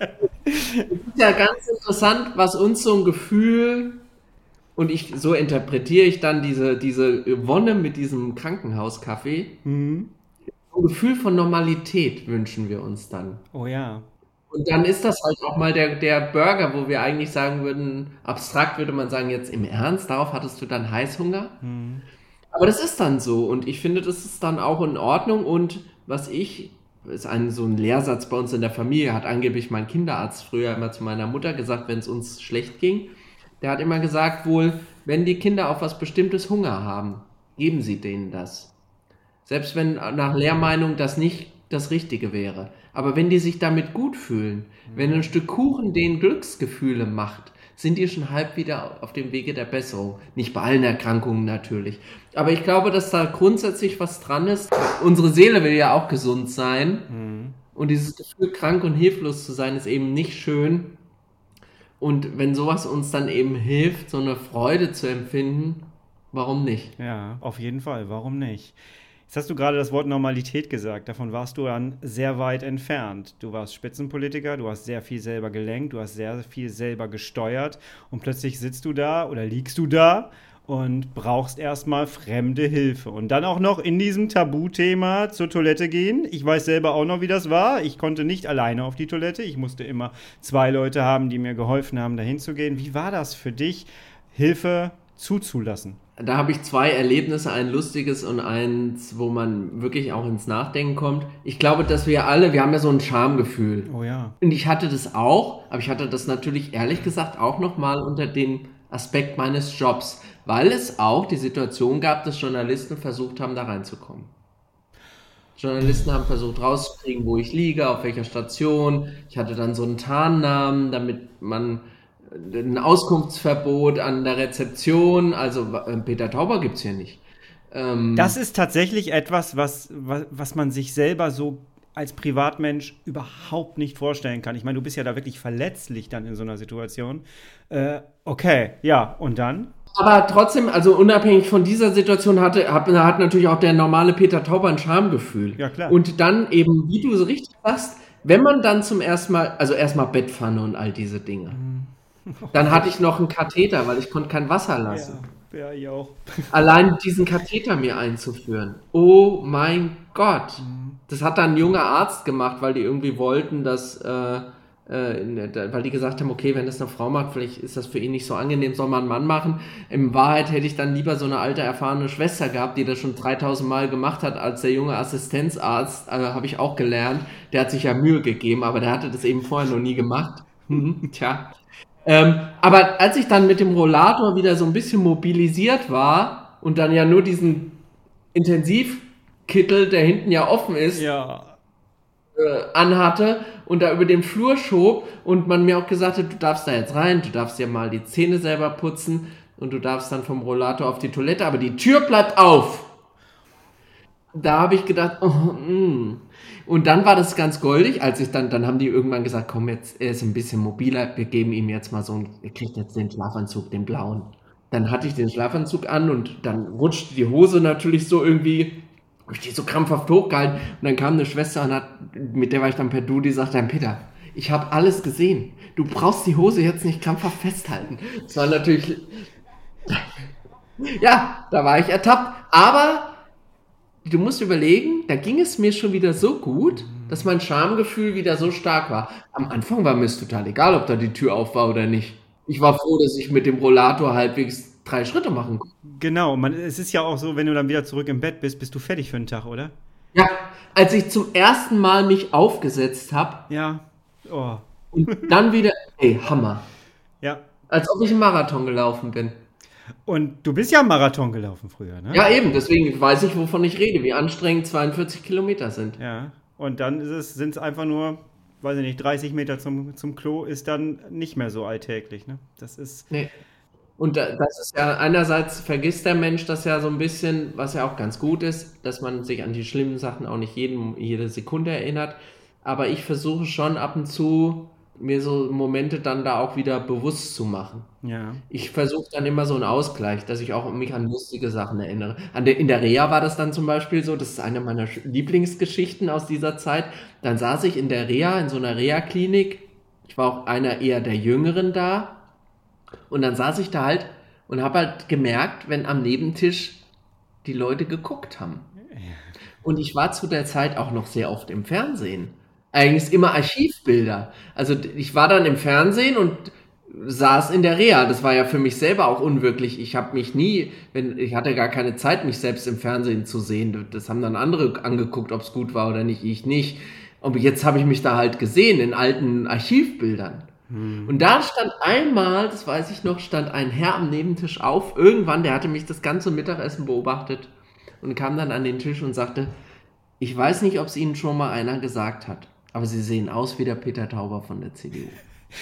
C: es ist ja ganz interessant, was uns so ein Gefühl, und ich so interpretiere ich dann diese, diese Wonne mit diesem Krankenhauskaffee,
A: Mhm.
C: ein Gefühl von Normalität wünschen wir uns dann.
A: Oh ja.
C: Und dann ist das halt auch mal der, der Burger, wo wir eigentlich sagen würden, abstrakt würde man sagen, jetzt im Ernst, darauf hattest du dann Heißhunger.
A: Mhm.
C: Aber das ist dann so und ich finde, das ist dann auch in Ordnung und was ich, ist ein, so ein Lehrsatz bei uns in der Familie, hat angeblich mein Kinderarzt früher immer zu meiner Mutter gesagt, wenn es uns schlecht ging, der hat immer gesagt wohl, wenn die Kinder auf was Bestimmtes Hunger haben, geben sie denen das. Selbst wenn nach Lehrmeinung das nicht das Richtige wäre. Aber wenn die sich damit gut fühlen, wenn ein Stück Kuchen denen Glücksgefühle macht, sind die schon halb wieder auf dem Wege der Besserung. Nicht bei allen Erkrankungen natürlich. Aber ich glaube, dass da grundsätzlich was dran ist. Unsere Seele will ja auch gesund sein. Mhm. Und dieses Gefühl, krank und hilflos zu sein, ist eben nicht schön. Und wenn sowas uns dann eben hilft, so eine Freude zu empfinden, warum nicht?
A: Ja, auf jeden Fall, warum nicht? Jetzt hast du gerade das Wort Normalität gesagt. Davon warst du dann sehr weit entfernt. Du warst Spitzenpolitiker, du hast sehr viel selber gelenkt, du hast sehr viel selber gesteuert und plötzlich sitzt du da oder liegst du da und brauchst erstmal fremde Hilfe. Und dann auch noch in diesem Tabuthema zur Toilette gehen. Ich weiß selber auch noch, wie das war. Ich konnte nicht alleine auf die Toilette. Ich musste immer zwei Leute haben, die mir geholfen haben, dahin zu gehen. Wie war das für dich, Hilfe zuzulassen?
C: Da habe ich zwei Erlebnisse, ein lustiges und eins, wo man wirklich auch ins Nachdenken kommt. Ich glaube, dass wir alle, wir haben ja so ein Schamgefühl.
A: Oh ja.
C: Und ich hatte das auch, aber ich hatte das natürlich ehrlich gesagt auch nochmal unter den Aspekt meines Jobs, weil es auch die Situation gab, dass Journalisten versucht haben, da reinzukommen. Journalisten haben versucht rauszukriegen, wo ich liege, auf welcher Station. Ich hatte dann so einen Tarnnamen, damit man ein Auskunftsverbot an der Rezeption, also Peter Tauber gibt es hier nicht. Ähm,
A: das ist tatsächlich etwas, was, was, was man sich selber so als Privatmensch überhaupt nicht vorstellen kann. Ich meine, du bist ja da wirklich verletzlich dann in so einer Situation. Äh, okay, ja, und dann?
C: Aber trotzdem, also unabhängig von dieser Situation hatte, hat, hat natürlich auch der normale Peter Tauber ein Schamgefühl.
A: Ja, klar.
C: Und dann eben, wie du so richtig sagst, wenn man dann zum ersten Mal, also erstmal Bettpfanne und all diese Dinge. Dann hatte ich noch einen Katheter, weil ich konnte kein Wasser lassen.
A: Ja, ja, ich auch.
C: Allein diesen Katheter mir einzuführen. Oh mein Gott. Das hat dann ein junger Arzt gemacht, weil die irgendwie wollten, dass, äh, äh, weil die gesagt haben, okay, wenn das eine Frau macht, vielleicht ist das für ihn nicht so angenehm, soll man einen Mann machen. In Wahrheit hätte ich dann lieber so eine alte, erfahrene Schwester gehabt, die das schon dreitausend Mal gemacht hat, als der junge Assistenzarzt, äh, habe ich auch gelernt. Der hat sich ja Mühe gegeben, aber der hatte das eben vorher noch nie gemacht. Tja. Ähm, aber als ich dann mit dem Rollator wieder so ein bisschen mobilisiert war und dann ja nur diesen Intensivkittel, der hinten ja offen ist,
A: ja.
C: äh, anhatte und da über den Flur schob und man mir auch gesagt hat, du darfst da jetzt rein, du darfst dir mal die Zähne selber putzen und du darfst dann vom Rollator auf die Toilette, aber die Tür bleibt auf. Da habe ich gedacht, oh, mh. Und dann war das ganz goldig, als ich dann, dann haben die irgendwann gesagt, komm jetzt, er ist ein bisschen mobiler, wir geben ihm jetzt mal so einen, er kriegt jetzt den Schlafanzug, den blauen. Dann hatte ich den Schlafanzug an und dann rutschte die Hose natürlich so irgendwie, hab ich die so krampfhaft hochgehalten und dann kam eine Schwester und hat, mit der war ich dann per Du, die sagte dann, Peter, ich habe alles gesehen, du brauchst die Hose jetzt nicht krampfhaft festhalten. Das war natürlich, ja, da war ich ertappt, aber du musst überlegen, da ging es mir schon wieder so gut, dass mein Schamgefühl wieder so stark war. Am Anfang war mir es total egal, ob da die Tür auf war oder nicht. Ich war froh, dass ich mit dem Rollator halbwegs drei Schritte machen konnte.
A: Genau, man, es ist ja auch so, wenn du dann wieder zurück im Bett bist, bist du fertig für den Tag, oder?
C: Ja, als ich zum ersten Mal mich aufgesetzt habe.
A: Ja. Oh.
C: Und dann wieder, ey, Hammer.
A: Ja.
C: Als ob ich einen Marathon gelaufen bin.
A: Und du bist ja einen Marathon gelaufen früher, ne?
C: Ja, eben, deswegen weiß ich, wovon ich rede, wie anstrengend zweiundvierzig Kilometer sind.
A: Ja, und dann ist es, sind es einfach nur, weiß ich nicht, dreißig Meter zum, zum Klo, ist dann nicht mehr so alltäglich, ne? Das ist...
C: Nee. Und das ist ja, einerseits vergisst der Mensch das ja so ein bisschen, was ja auch ganz gut ist, dass man sich an die schlimmen Sachen auch nicht jeden, jede Sekunde erinnert. Aber ich versuche schon ab und zu, mir so Momente dann da auch wieder bewusst zu machen.
A: Ja.
C: Ich versuche dann immer so einen Ausgleich, dass ich auch mich an lustige Sachen erinnere. An der, in der Reha war das dann zum Beispiel so, das ist eine meiner Lieblingsgeschichten aus dieser Zeit. Dann saß ich in der Reha, in so einer Reha-Klinik. Ich war auch einer eher der Jüngeren da. Und dann saß ich da halt und habe halt gemerkt, wenn am Nebentisch die Leute geguckt haben. Und ich war zu der Zeit auch noch sehr oft im Fernsehen. Eigentlich immer Archivbilder. Also ich war dann im Fernsehen und saß in der Reha. Das war ja für mich selber auch unwirklich. Ich habe mich nie, wenn ich hatte gar keine Zeit, mich selbst im Fernsehen zu sehen. Das haben dann andere angeguckt, ob es gut war oder nicht, ich nicht. Und jetzt habe ich mich da halt gesehen in alten Archivbildern. Hm. Und da stand einmal, das weiß ich noch, stand ein Herr am Nebentisch auf. Irgendwann, der hatte mich das ganze Mittagessen beobachtet und kam dann an den Tisch und sagte, ich weiß nicht, ob es Ihnen schon mal einer gesagt hat, aber Sie sehen aus wie der Peter Tauber von der C D U.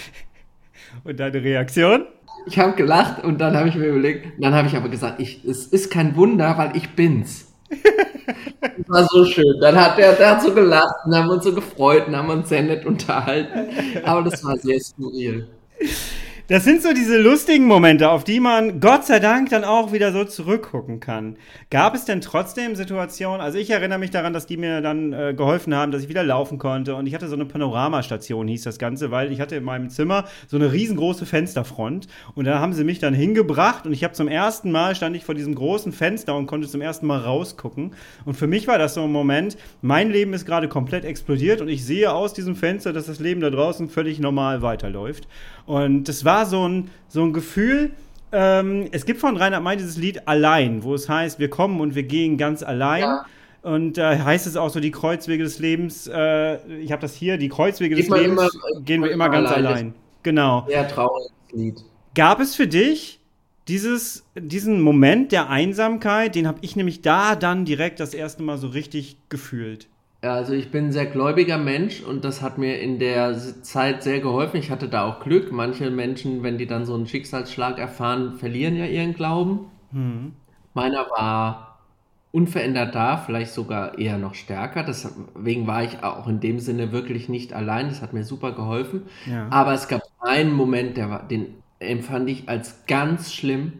A: Und deine Reaktion?
C: Ich habe gelacht und dann habe ich mir überlegt, dann habe ich aber gesagt, ich, es ist kein Wunder, weil ich bin's. Das war so schön. Dann hat der, der hat so gelacht und haben uns so gefreut und haben uns sehr nett unterhalten. Aber das war sehr skurril.
A: Das sind so diese lustigen Momente, auf die man Gott sei Dank dann auch wieder so zurückgucken kann. Gab es denn trotzdem Situationen, also ich erinnere mich daran, dass die mir dann äh, geholfen haben, dass ich wieder laufen konnte und ich hatte so eine Panoramastation, hieß das Ganze, weil ich hatte in meinem Zimmer so eine riesengroße Fensterfront und da haben sie mich dann hingebracht und ich habe zum ersten Mal, stand ich vor diesem großen Fenster und konnte zum ersten Mal rausgucken und für mich war das so ein Moment, mein Leben ist gerade komplett explodiert und ich sehe aus diesem Fenster, dass das Leben da draußen völlig normal weiterläuft. Und das war so ein, so ein Gefühl, ähm, es gibt von Reinhard May dieses Lied Allein, wo es heißt, wir kommen und wir gehen ganz allein. Ja. Und da äh, heißt es auch so, die Kreuzwege des Lebens, äh, ich habe das hier, die Kreuzwege des Lebens immer, gehen wir immer ganz allein. allein. Genau.
C: Sehr trauriges Lied.
A: Gab es für dich dieses, diesen Moment der Einsamkeit, den habe ich nämlich da dann direkt das erste Mal so richtig gefühlt?
C: Ja, also ich bin ein sehr gläubiger Mensch und das hat mir in der Zeit sehr geholfen. Ich hatte da auch Glück. Manche Menschen, wenn die dann so einen Schicksalsschlag erfahren, verlieren ja ihren Glauben. Mhm. Meiner war unverändert da, vielleicht sogar eher noch stärker. Deswegen war ich auch in dem Sinne wirklich nicht allein. Das hat mir super geholfen. Ja. Aber es gab einen Moment, der war, den empfand ich als ganz schlimm.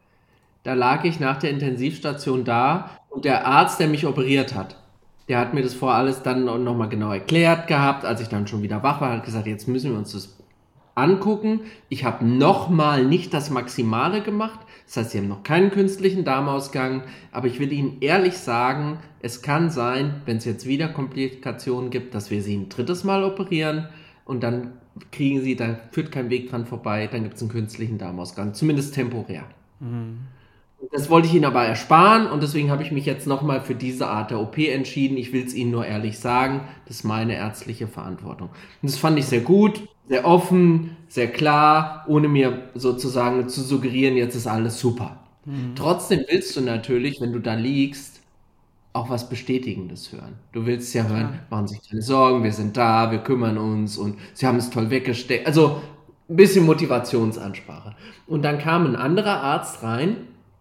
C: Da lag ich nach der Intensivstation da und der Arzt, der mich operiert hat, der hat mir das vorher alles dann nochmal genau erklärt gehabt, als ich dann schon wieder wach war, hat gesagt, jetzt müssen wir uns das angucken. Ich habe nochmal nicht das Maximale gemacht, das heißt, sie haben noch keinen künstlichen Darmausgang, aber ich will Ihnen ehrlich sagen, es kann sein, wenn es jetzt wieder Komplikationen gibt, dass wir Sie ein drittes Mal operieren und dann kriegen Sie, da führt kein Weg dran vorbei, dann gibt es einen künstlichen Darmausgang, zumindest temporär. Mhm. Das wollte ich Ihnen aber ersparen und deswegen habe ich mich jetzt nochmal für diese Art der O P entschieden. Ich will es Ihnen nur ehrlich sagen, das ist meine ärztliche Verantwortung. Und das fand ich sehr gut, sehr offen, sehr klar, ohne mir sozusagen zu suggerieren, jetzt ist alles super. Mhm. Trotzdem willst du natürlich, wenn du da liegst, auch was Bestätigendes hören. Du willst ja hören, ja. Machen Sie sich keine Sorgen, wir sind da, wir kümmern uns und Sie haben es toll weggesteckt. Also ein bisschen Motivationsansprache. Und dann kam ein anderer Arzt rein,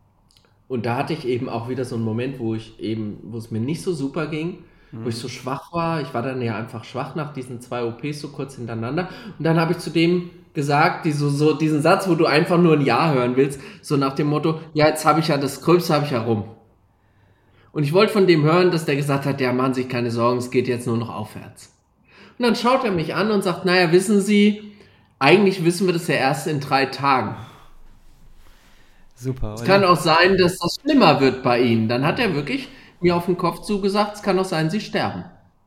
C: und da hatte ich eben auch wieder so einen Moment, wo ich eben, wo es mir nicht so super ging, mhm. wo ich so schwach war. Ich war dann ja einfach schwach nach diesen zwei O Ps so kurz hintereinander. Und dann habe ich zu dem gesagt, die so, so diesen Satz, wo du einfach nur ein Ja hören willst, so nach dem Motto, ja, jetzt habe ich ja das Gröbste habe ich ja rum. Und ich wollte von dem hören, dass der gesagt hat, ja, machen Sie sich keine Sorgen, es geht jetzt nur noch aufwärts. Und dann schaut er mich an und sagt, naja, wissen Sie, eigentlich wissen wir das ja erst in drei Tagen. Super, es kann auch sein, dass das schlimmer wird bei Ihnen. Dann hat er wirklich mir auf den Kopf zugesagt, es kann auch sein, Sie sterben.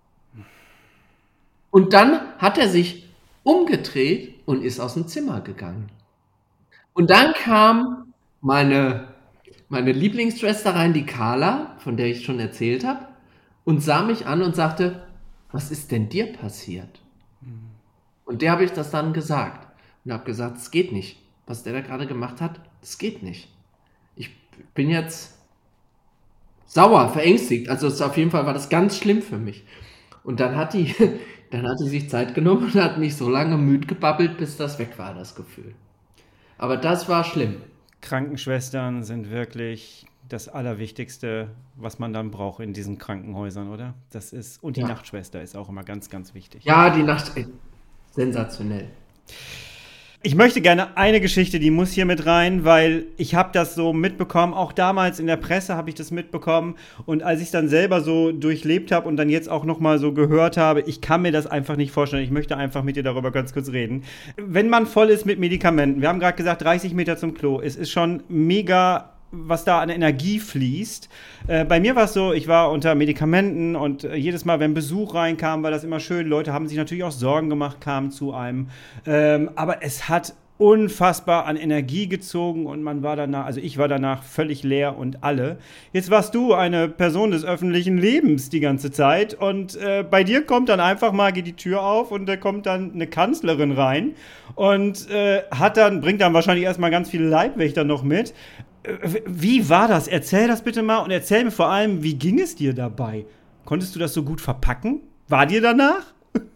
C: Und dann hat er sich umgedreht und ist aus dem Zimmer gegangen. Und dann kam meine, meine Lieblingsschwester rein, die Carla, von der ich schon erzählt habe, und sah mich an und sagte, was ist denn dir passiert? Und der habe ich das dann gesagt und habe gesagt, es geht nicht. Was der da gerade gemacht hat, das geht nicht. Ich bin jetzt sauer, verängstigt. Also es, auf jeden Fall war das ganz schlimm für mich. Und dann hat die, dann hat die sich Zeit genommen und hat mich so lange müde gebabbelt, bis das weg war, das Gefühl. Aber das war schlimm.
A: Krankenschwestern sind wirklich das Allerwichtigste, was man dann braucht in diesen Krankenhäusern, oder? Das ist, und die ja. Nachtschwester ist auch immer ganz, ganz wichtig.
C: Ja, die Nacht, sensationell.
A: Ich möchte gerne eine Geschichte, die muss hier mit rein, weil ich habe das so mitbekommen, auch damals in der Presse habe ich das mitbekommen und als ich es dann selber so durchlebt habe und dann jetzt auch nochmal so gehört habe, ich kann mir das einfach nicht vorstellen, ich möchte einfach mit dir darüber ganz kurz reden. Wenn man voll ist mit Medikamenten, wir haben gerade gesagt dreißig Meter zum Klo, es ist schon mega, was da an Energie fließt. Äh, bei mir war es so, ich war unter Medikamenten und äh, jedes Mal, wenn Besuch reinkam, war das immer schön. Leute haben sich natürlich auch Sorgen gemacht, kamen zu einem. Ähm, aber es hat unfassbar an Energie gezogen und man war danach, also ich war danach völlig leer und alle. Jetzt warst du eine Person des öffentlichen Lebens die ganze Zeit und äh, bei dir kommt dann einfach mal, geht die Tür auf und da kommt dann eine Kanzlerin rein und äh, hat dann, bringt dann wahrscheinlich erstmal ganz viele Leibwächter noch mit. Wie war das? Erzähl das bitte mal und erzähl mir vor allem, wie ging es dir dabei? Konntest du das so gut verpacken? War dir danach?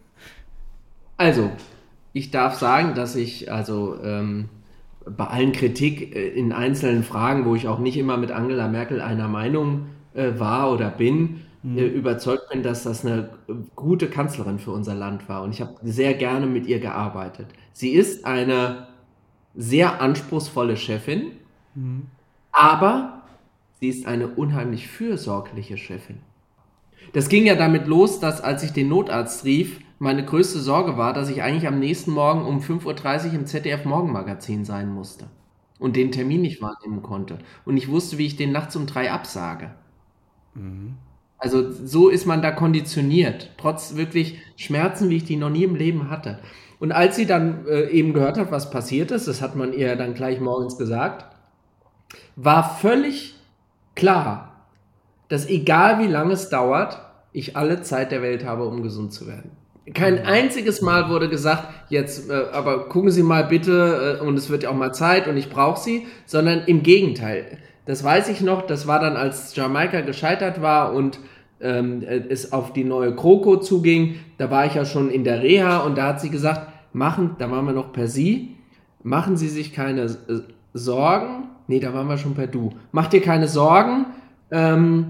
C: Also, ich darf sagen, dass ich also ähm, bei allen Kritik äh, in einzelnen Fragen, wo ich auch nicht immer mit Angela Merkel einer Meinung äh, war oder bin, mhm. äh, überzeugt bin, dass das eine gute Kanzlerin für unser Land war. Und ich habe sehr gerne mit ihr gearbeitet. Sie ist eine sehr anspruchsvolle Chefin, mhm. aber sie ist eine unheimlich fürsorgliche Chefin. Das ging ja damit los, dass als ich den Notarzt rief, meine größte Sorge war, dass ich eigentlich am nächsten Morgen um fünf Uhr dreißig im Z D F-Morgenmagazin sein musste und den Termin nicht wahrnehmen konnte. Und ich wusste, wie ich den nachts um drei absage. Mhm. Also so ist man da konditioniert, trotz wirklich Schmerzen, wie ich die noch nie im Leben hatte. Und als sie dann äh, eben gehört hat, was passiert ist, das hat man ihr dann gleich morgens gesagt, war völlig klar, dass egal wie lange es dauert, ich alle Zeit der Welt habe, um gesund zu werden. Kein einziges Mal wurde gesagt, jetzt, äh, aber gucken Sie mal bitte, äh, und es wird ja auch mal Zeit und ich brauche Sie, sondern im Gegenteil. Das weiß ich noch, das war dann, als Jamaika gescheitert war und ähm, es auf die neue GroKo zuging, da war ich ja schon in der Reha und da hat sie gesagt, machen, da waren wir noch per Sie, machen Sie sich keine äh, Sorgen, nee, da waren wir schon per Du, mach dir keine Sorgen, ähm,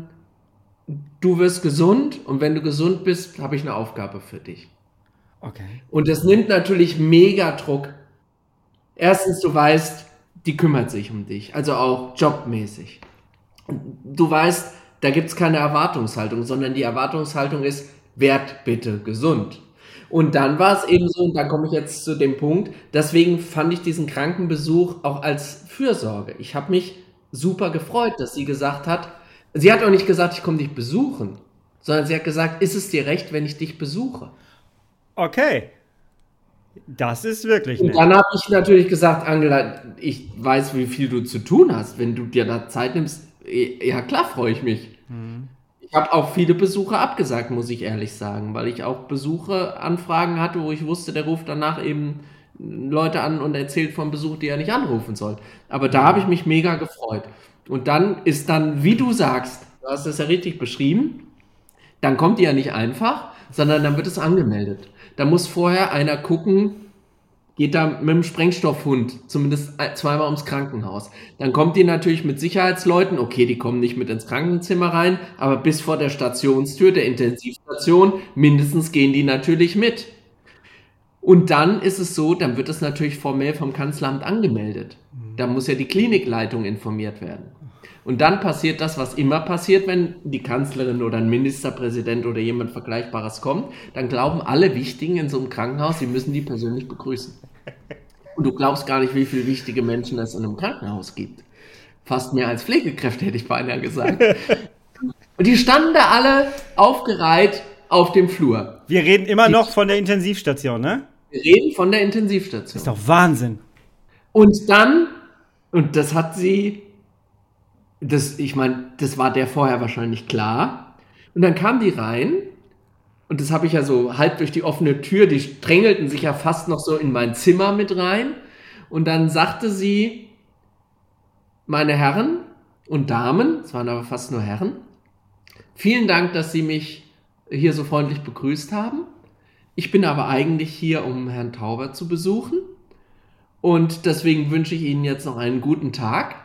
C: du wirst gesund und wenn du gesund bist, habe ich eine Aufgabe für dich. Okay. Und das nimmt natürlich mega Druck. Erstens, du weißt, die kümmert sich um dich, also auch jobmäßig. Du weißt, da gibt es keine Erwartungshaltung, sondern die Erwartungshaltung ist, werd bitte gesund. Und dann war es eben so, und da komme ich jetzt zu dem Punkt, deswegen fand ich diesen Krankenbesuch auch als Fürsorge. Ich habe mich super gefreut, dass sie gesagt hat, sie hat auch nicht gesagt, ich komme dich besuchen, sondern sie hat gesagt, ist es dir recht, wenn ich dich besuche?
A: Okay. Das ist wirklich
C: nett. Und dann habe ich natürlich gesagt, Angela, ich weiß, wie viel du zu tun hast. Wenn du dir da Zeit nimmst, ja klar, freue ich mich. Mhm. Ich habe auch viele Besuche abgesagt, muss ich ehrlich sagen, weil ich auch Besuche, Anfragen hatte, wo ich wusste, der ruft danach eben Leute an und erzählt vom Besuch, die er nicht anrufen soll. Aber da habe ich mich mega gefreut. Und dann ist dann, wie du sagst, du hast es ja richtig beschrieben, dann kommt die ja nicht einfach, sondern dann wird es angemeldet. Da muss vorher einer gucken, geht da mit dem Sprengstoffhund zumindest zweimal ums Krankenhaus. Dann kommt die natürlich mit Sicherheitsleuten, okay, die kommen nicht mit ins Krankenzimmer rein, aber bis vor der Stationstür der Intensivstation mindestens gehen die natürlich mit. Und dann ist es so, dann wird es natürlich formell vom Kanzleramt angemeldet. Da muss ja die Klinikleitung informiert werden. Und dann passiert das, was immer passiert, wenn die Kanzlerin oder ein Ministerpräsident oder jemand Vergleichbares kommt, dann glauben alle Wichtigen in so einem Krankenhaus, sie müssen die persönlich begrüßen. Und du glaubst gar nicht, wie viele wichtige Menschen es in einem Krankenhaus gibt. Fast mehr als Pflegekräfte, hätte ich beinahe gesagt. Und die standen da alle aufgereiht auf dem Flur.
A: Wir reden immer noch von der Intensivstation, ne?
C: Wir reden von der Intensivstation.
A: Das ist doch Wahnsinn.
C: Und dann, und das hat sie... Das, ich meine, das war der vorher wahrscheinlich klar. Und dann kam die rein und das habe ich ja so halb durch die offene Tür, die drängelten sich ja fast noch so in mein Zimmer mit rein. Und dann sagte sie, meine Herren und Damen, es waren aber fast nur Herren, vielen Dank, dass Sie mich hier so freundlich begrüßt haben. Ich bin aber eigentlich hier, um Herrn Tauber zu besuchen. Und deswegen wünsche ich Ihnen jetzt noch einen guten Tag.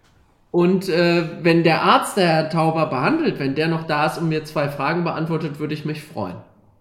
C: Und äh, wenn der Arzt, der Herr Tauber behandelt, wenn der noch da ist und mir zwei Fragen beantwortet, würde ich mich freuen.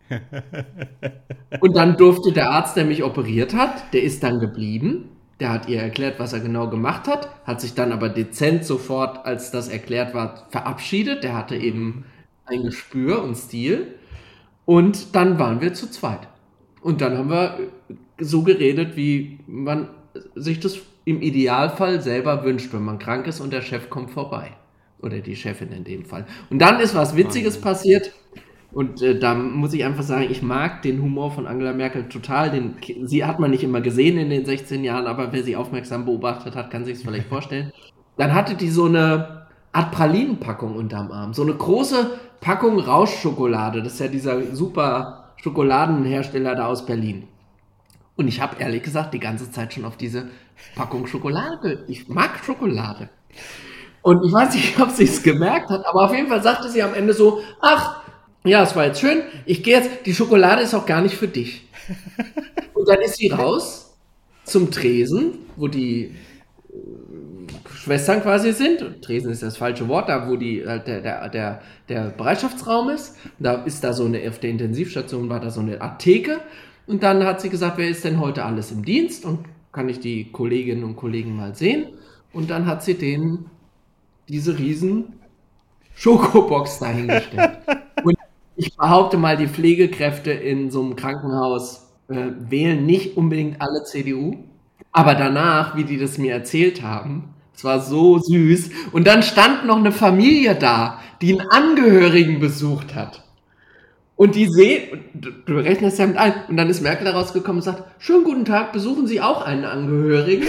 C: Und dann durfte der Arzt, der mich operiert hat, der ist dann geblieben. Der hat ihr erklärt, was er genau gemacht hat, hat sich dann aber dezent sofort, als das erklärt war, verabschiedet. Der hatte eben ein Gespür und Stil. Und dann waren wir zu zweit. Und dann haben wir so geredet, wie man sich das im Idealfall selber wünscht, wenn man krank ist und der Chef kommt vorbei. Oder die Chefin in dem Fall. Und dann ist was Witziges passiert. Und äh, da muss ich einfach sagen, ich mag den Humor von Angela Merkel total. Den, sie hat man nicht immer gesehen in den sechzehn Jahren, aber wer sie aufmerksam beobachtet hat, kann sich es vielleicht vorstellen. Dann hatte die so eine Art Pralinenpackung unterm Arm. So eine große Packung Rauschschokolade. Das ist ja dieser super Schokoladenhersteller da aus Berlin. Und ich habe ehrlich gesagt die ganze Zeit schon auf diese Packung Schokolade. Ich mag Schokolade. Und ich weiß nicht, ob sie es gemerkt hat, aber auf jeden Fall sagte sie am Ende so, ach, ja, es war jetzt schön, ich gehe jetzt, die Schokolade ist auch gar nicht für dich. Und dann ist sie raus zum Tresen, wo die Schwestern quasi sind. Und Tresen ist das falsche Wort, da wo die, der, der, der, der Bereitschaftsraum ist. Da ist da so eine, auf der Intensivstation war da so eine Art Theke. Und dann hat sie gesagt, wer ist denn heute alles im Dienst? Und kann ich die Kolleginnen und Kollegen mal sehen. Und dann hat sie denen diese riesen Schokobox dahingestellt. Und ich behaupte mal, die Pflegekräfte in so einem Krankenhaus äh, wählen nicht unbedingt alle C D U. Aber danach, wie die das mir erzählt haben, es war so süß. Und dann stand noch eine Familie da, die einen Angehörigen besucht hat. Und die sehen, du, du rechnest ja mit ein, und dann ist Merkel da rausgekommen und sagt, schönen guten Tag, besuchen Sie auch einen Angehörigen?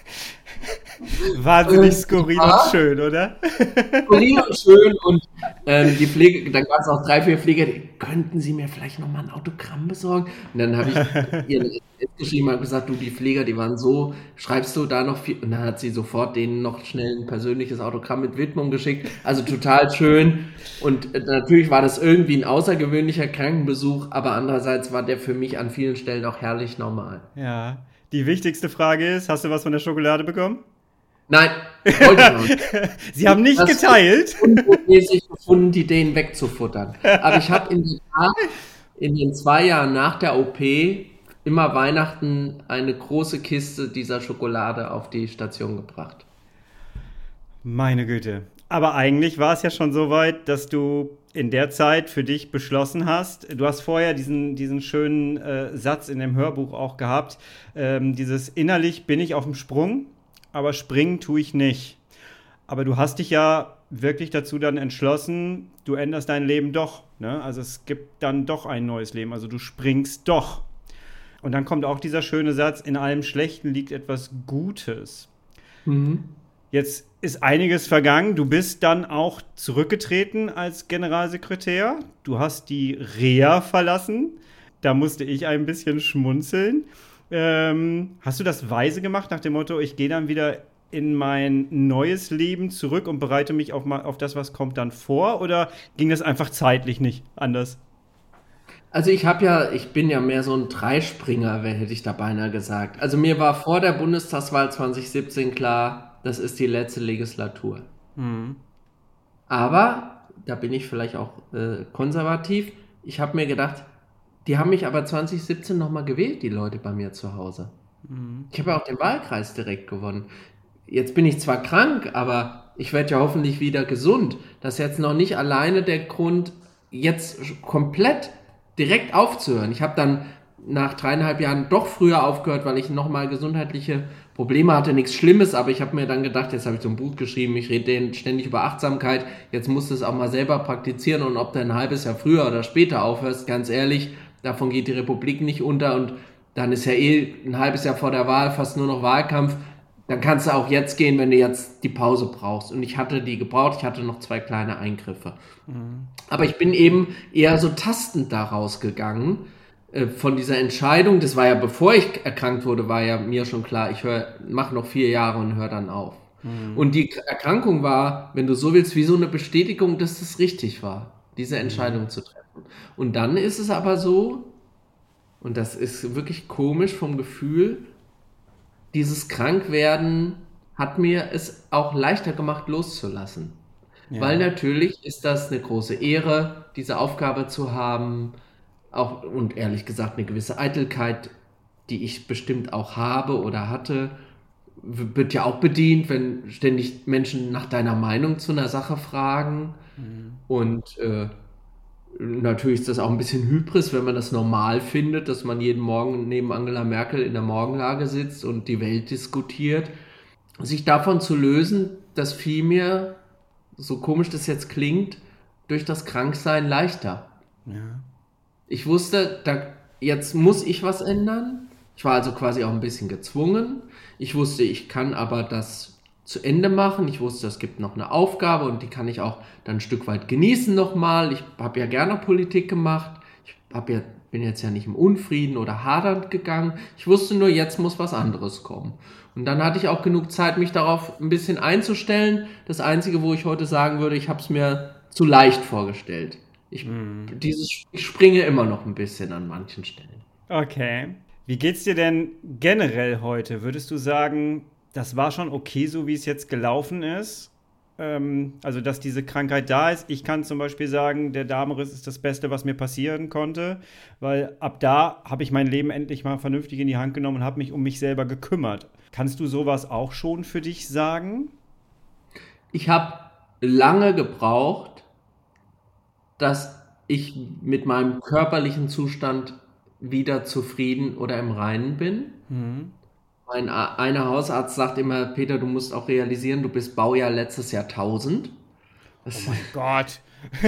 A: Wahnsinnig skurril ja. und schön, oder?
C: Skurril und schön und ähm, die Pflege, dann gab es auch drei, vier Pfleger, die, könnten Sie mir vielleicht nochmal ein Autogramm besorgen? Und dann habe ich ihr eine S M S geschrieben und gesagt, du, die Pfleger, die waren so, schreibst du da noch viel? Und dann hat sie sofort denen noch schnell ein persönliches Autogramm mit Widmung geschickt, also total schön. Und äh, natürlich war das irgendwie ein außergewöhnlicher Krankenbesuch, aber andererseits war der für mich an vielen Stellen auch herrlich normal.
A: Ja, die wichtigste Frage ist, hast du was von der Schokolade bekommen?
C: Nein, wollte ich nicht.
A: Sie haben nicht
C: das
A: geteilt.
C: Unmäßig gefunden, die Dänen wegzufuttern. Aber ich habe in der Tat in den zwei Jahren nach der O P immer Weihnachten eine große Kiste dieser Schokolade auf die Station gebracht.
A: Meine Güte. Aber eigentlich war es ja schon so weit, dass du in der Zeit für dich beschlossen hast, du hast vorher diesen, diesen schönen äh, Satz in dem Hörbuch auch gehabt, ähm, dieses innerlich bin ich auf dem Sprung, aber springen tue ich nicht. Aber du hast dich ja wirklich dazu dann entschlossen, du änderst dein Leben doch. Ne? Also es gibt dann doch ein neues Leben, also du springst doch. Und dann kommt auch dieser schöne Satz, in allem Schlechten liegt etwas Gutes. Mhm. Jetzt ist einiges vergangen. Du bist dann auch zurückgetreten als Generalsekretär. Du hast die Reha verlassen. Da musste ich ein bisschen schmunzeln. Ähm, hast du das weise gemacht nach dem Motto, ich gehe dann wieder in mein neues Leben zurück und bereite mich auf, mal, auf das, was kommt, dann vor? Oder ging das einfach zeitlich nicht anders?
C: Also ich habe ja, ich bin ja mehr so ein Dreispringer, wer hätte ich da beinahe gesagt. Also mir war vor der Bundestagswahl zwanzig siebzehn klar, das ist die letzte Legislatur. Mhm. Aber, da bin ich vielleicht auch äh, konservativ, ich habe mir gedacht, die haben mich aber zwanzig siebzehn nochmal gewählt, die Leute bei mir zu Hause. Mhm. Ich habe ja auch den Wahlkreis direkt gewonnen. Jetzt bin ich zwar krank, aber ich werde ja hoffentlich wieder gesund. Das ist jetzt noch nicht alleine der Grund, jetzt komplett direkt aufzuhören. Ich habe dann nach dreieinhalb Jahren doch früher aufgehört, weil ich nochmal gesundheitliche Probleme hatte. Nichts Schlimmes, aber ich habe mir dann gedacht, jetzt habe ich so ein Buch geschrieben, ich rede ständig über Achtsamkeit, jetzt musst du es auch mal selber praktizieren und ob du ein halbes Jahr früher oder später aufhörst, ganz ehrlich, davon geht die Republik nicht unter und dann ist ja eh ein halbes Jahr vor der Wahl fast nur noch Wahlkampf. Dann kannst du auch jetzt gehen, wenn du jetzt die Pause brauchst. Und ich hatte die gebraucht, ich hatte noch zwei kleine Eingriffe. Mhm. Aber ich bin eben eher so tastend da rausgegangen äh, von dieser Entscheidung. Das war ja, bevor ich erkrankt wurde, war ja mir schon klar, ich mache noch vier Jahre und höre dann auf. Mhm. Und die Erkrankung war, wenn du so willst, wie so eine Bestätigung, dass das richtig war, diese Entscheidung mhm. zu treffen. Und dann ist es aber so, und das ist wirklich komisch vom Gefühl, dieses Krankwerden hat mir es auch leichter gemacht, loszulassen. Ja. Weil natürlich ist das eine große Ehre, diese Aufgabe zu haben, auch und ehrlich gesagt eine gewisse Eitelkeit, die ich bestimmt auch habe oder hatte, wird ja auch bedient, wenn ständig Menschen nach deiner Meinung zu einer Sache fragen. Mhm. Und äh, natürlich ist das auch ein bisschen Hybris, wenn man das normal findet, dass man jeden Morgen neben Angela Merkel in der Morgenlage sitzt und die Welt diskutiert. Sich davon zu lösen, das fiel mir, so komisch das jetzt klingt, durch das Kranksein leichter. Ja. Ich wusste, da, jetzt muss ich was ändern. Ich war also quasi auch ein bisschen gezwungen. Ich wusste, ich kann aber das zu Ende machen. Ich wusste, es gibt noch eine Aufgabe und die kann ich auch dann ein Stück weit genießen nochmal. Ich habe ja gerne Politik gemacht. Ich hab ja, bin jetzt ja nicht im Unfrieden oder hadernd gegangen. Ich wusste nur, jetzt muss was anderes kommen. Und dann hatte ich auch genug Zeit, mich darauf ein bisschen einzustellen. Das Einzige, wo ich heute sagen würde, ich habe es mir zu leicht vorgestellt. Ich, hm. dieses, ich springe immer noch ein bisschen an manchen Stellen.
A: Okay. Wie geht's dir denn generell heute? Würdest du sagen, das war schon okay, so wie es jetzt gelaufen ist? ähm, also dass diese Krankheit da ist. Ich kann zum Beispiel sagen, der Darmriss ist das Beste, was mir passieren konnte, weil ab da habe ich mein Leben endlich mal vernünftig in die Hand genommen und habe mich um mich selber gekümmert. Kannst du sowas auch schon für dich sagen?
C: Ich habe lange gebraucht, dass ich mit meinem körperlichen Zustand wieder zufrieden oder im Reinen bin.
A: Mhm.
C: Mein A- einer Hausarzt sagt immer, Peter, du musst auch realisieren, du bist Baujahr letztes Jahrtausend.
A: Oh mein Gott.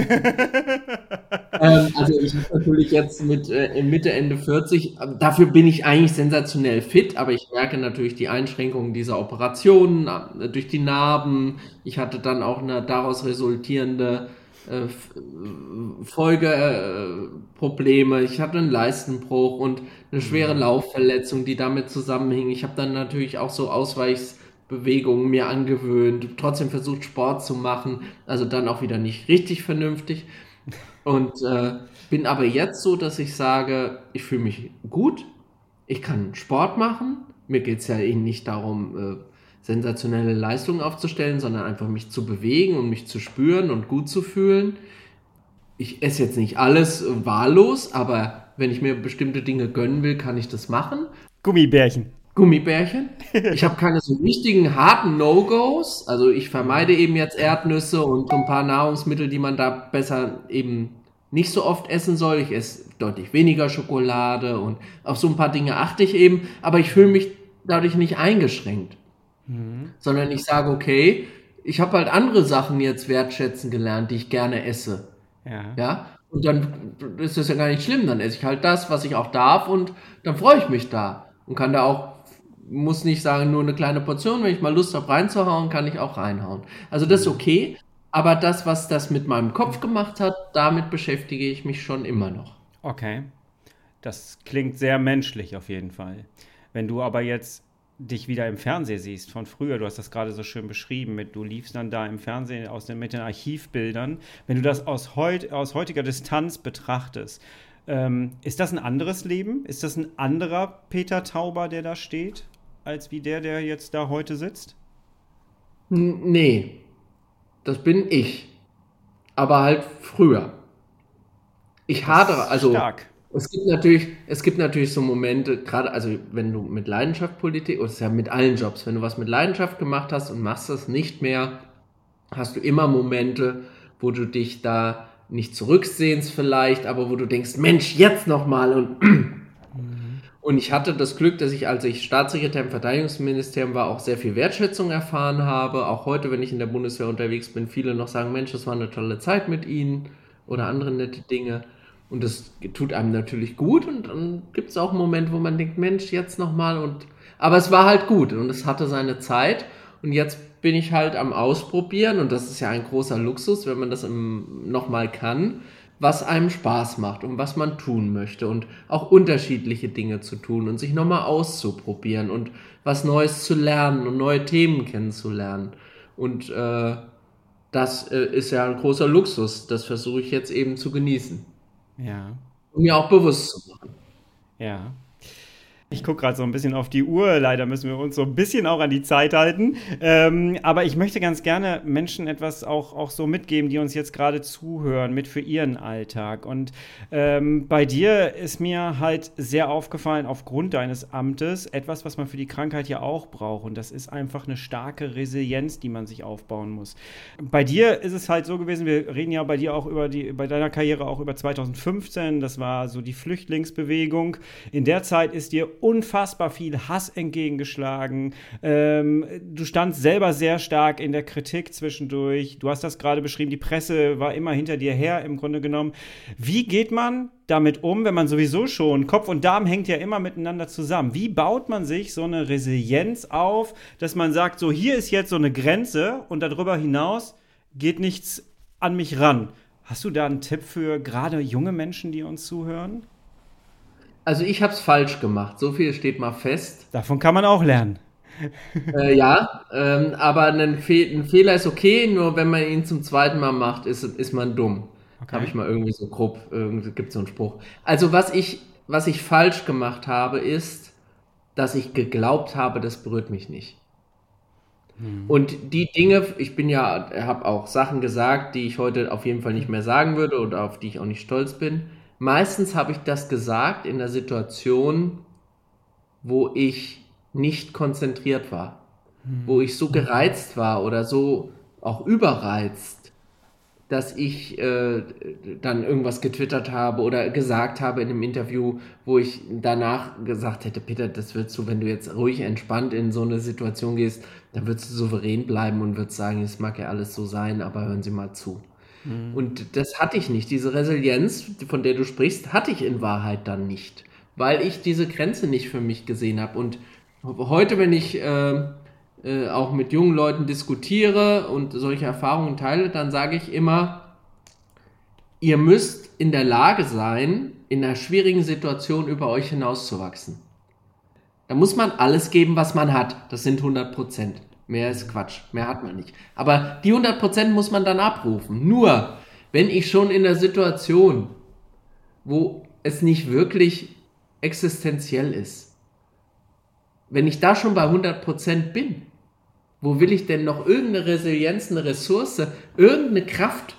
C: Ähm, also ich habe natürlich jetzt mit äh, Mitte, Ende vierzig, äh, dafür bin ich eigentlich sensationell fit, aber ich merke natürlich die Einschränkungen dieser Operationen äh, durch die Narben. Ich hatte dann auch eine daraus resultierende äh, F- äh, Folgeprobleme. Ich hatte einen Leistenbruch und eine schwere Laufverletzung, die damit zusammenhing. Ich habe dann natürlich auch so Ausweichbewegungen mir angewöhnt, trotzdem versucht Sport zu machen, also dann auch wieder nicht richtig vernünftig. Und äh, bin aber jetzt so, dass ich sage, ich fühle mich gut, ich kann Sport machen. Mir geht es ja eben nicht darum, äh, sensationelle Leistungen aufzustellen, sondern einfach mich zu bewegen und mich zu spüren und gut zu fühlen. Ich esse jetzt nicht alles äh, wahllos, aber wenn ich mir bestimmte Dinge gönnen will, kann ich das machen.
A: Gummibärchen.
C: Gummibärchen. Ich habe keine so richtigen harten No-Gos. Also ich vermeide eben jetzt Erdnüsse und so ein paar Nahrungsmittel, die man da besser eben nicht so oft essen soll. Ich esse deutlich weniger Schokolade und auf so ein paar Dinge achte ich eben. Aber ich fühle mich dadurch nicht eingeschränkt, sondern ich sage, okay, ich habe halt andere Sachen jetzt wertschätzen gelernt, die ich gerne esse.
A: Ja.
C: Ja, und dann ist das ja gar nicht schlimm. Dann esse ich halt das, was ich auch darf und dann freue ich mich da und kann da auch, muss nicht sagen, nur eine kleine Portion, wenn ich mal Lust habe reinzuhauen, kann ich auch reinhauen. Also das ist okay, aber das, was das mit meinem Kopf gemacht hat, damit beschäftige ich mich schon immer noch.
A: Okay. Das klingt sehr menschlich auf jeden Fall. Wenn du aber jetzt dich wieder im Fernsehen siehst von früher, du hast das gerade so schön beschrieben, mit, du liefst dann da im Fernsehen aus den, mit den Archivbildern. Wenn du das aus, heut, aus heutiger Distanz betrachtest, ähm, ist das ein anderes Leben? Ist das ein anderer Peter Tauber, der da steht, als wie der, der jetzt da heute sitzt?
C: N- Nee, das bin ich. Aber halt früher. Ich hadere, also
A: Stark.
C: es gibt natürlich, es gibt natürlich so Momente, gerade, also wenn du mit Leidenschaft Politik, oder es ist ja mit allen Jobs, wenn du was mit Leidenschaft gemacht hast und machst das nicht mehr, hast du immer Momente, wo du dich da nicht zurücksehnst vielleicht, aber wo du denkst, Mensch, jetzt nochmal und und ich hatte das Glück, dass ich, als ich Staatssekretär im Verteidigungsministerium war, auch sehr viel Wertschätzung erfahren habe. Auch heute, wenn ich in der Bundeswehr unterwegs bin, viele noch sagen, Mensch, das war eine tolle Zeit mit Ihnen oder andere nette Dinge. Und das tut einem natürlich gut. Und dann gibt es auch einen Moment, wo man denkt, Mensch, jetzt nochmal. Und aber es war halt gut und es hatte seine Zeit. Und jetzt bin ich halt am Ausprobieren. Und das ist ja ein großer Luxus, wenn man das nochmal kann, was einem Spaß macht und was man tun möchte und auch unterschiedliche Dinge zu tun und sich nochmal auszuprobieren und was Neues zu lernen und neue Themen kennenzulernen. Und äh, das äh, ist ja ein großer Luxus. Das versuche ich jetzt eben zu genießen
A: Ja,
C: und mir auch bewusst zu machen.
A: ja. Ich gucke gerade so ein bisschen auf die Uhr. Leider müssen wir uns so ein bisschen auch an die Zeit halten. Ähm, aber ich möchte ganz gerne Menschen etwas auch, auch so mitgeben, die uns jetzt gerade zuhören, mit für ihren Alltag. Und ähm, bei dir ist mir halt sehr aufgefallen, aufgrund deines Amtes, etwas, was man für die Krankheit ja auch braucht. Und das ist einfach eine starke Resilienz, die man sich aufbauen muss. Bei dir ist es halt so gewesen, wir reden ja bei dir auch über die, bei deiner Karriere auch über zweitausendfünfzehn. Das war so die Flüchtlingsbewegung. In der Zeit ist dir unfassbar viel Hass entgegengeschlagen. Ähm, du standst selber sehr stark in der Kritik zwischendurch. Du hast das gerade beschrieben, die Presse war immer hinter dir her, im Grunde genommen. Wie geht man damit um, wenn man sowieso schon, Kopf und Darm hängt ja immer miteinander zusammen. Wie baut man sich so eine Resilienz auf, dass man sagt, so hier ist jetzt so eine Grenze und darüber hinaus geht nichts an mich ran. Hast du da einen Tipp für gerade junge Menschen, die uns zuhören?
C: Also ich habe es falsch gemacht, so viel steht mal fest.
A: Davon kann man auch lernen.
C: Äh, ja, ähm, aber ein, Fe ein Fehler ist okay, nur wenn man ihn zum zweiten Mal macht, ist, ist man dumm.
A: Okay.
C: Habe ich mal irgendwie so grob, irgendwie gibt es so einen Spruch. Also was ich, was ich falsch gemacht habe, ist, dass ich geglaubt habe, das berührt mich nicht. Und die Dinge, ich bin ja, habe auch Sachen gesagt, die ich heute auf jeden Fall nicht mehr sagen würde oder auf die ich auch nicht stolz bin. Meistens habe ich das gesagt in einer Situation, wo ich nicht konzentriert war, wo ich so gereizt war oder so auch überreizt, dass ich äh, dann irgendwas getwittert habe oder gesagt habe in einem Interview, wo ich danach gesagt hätte, Peter, das würdest du, wenn du jetzt ruhig entspannt in so eine Situation gehst, dann würdest du souverän bleiben und würdest sagen, es mag ja alles so sein, aber hören Sie mal zu. Mhm. Und das hatte ich nicht. Diese Resilienz, von der du sprichst, hatte ich in Wahrheit dann nicht, weil ich diese Grenze nicht für mich gesehen habe. Und heute, wenn ich äh, äh, auch mit jungen Leuten diskutiere und solche Erfahrungen teile, dann sage ich immer, ihr müsst in der Lage sein, in einer schwierigen Situation über euch hinauszuwachsen. Da muss man alles geben, was man hat. Das sind hundert Prozent. Mehr ist Quatsch. Mehr hat man nicht. Aber die hundert Prozent muss man dann abrufen. Nur, wenn ich schon in der Situation, wo es nicht wirklich existenziell ist, wenn ich da schon bei hundert Prozent bin, wo will ich denn noch irgendeine Resilienz, eine Ressource, irgendeine Kraft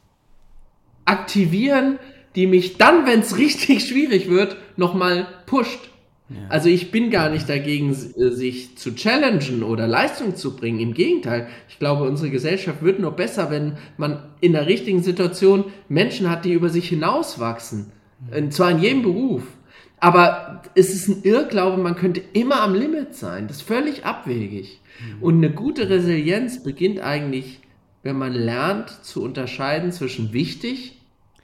C: aktivieren, die mich dann, wenn es richtig schwierig wird, nochmal pusht? Ja. Also ich bin gar nicht dagegen, sich zu challengen oder Leistung zu bringen. Im Gegenteil, ich glaube, unsere Gesellschaft wird nur besser, wenn man in der richtigen Situation Menschen hat, die über sich hinauswachsen. Und zwar in jedem Beruf. Aber es ist ein Irrglaube, man könnte immer am Limit sein. Das ist völlig abwegig. Und eine gute Resilienz beginnt eigentlich, wenn man lernt zu unterscheiden zwischen wichtig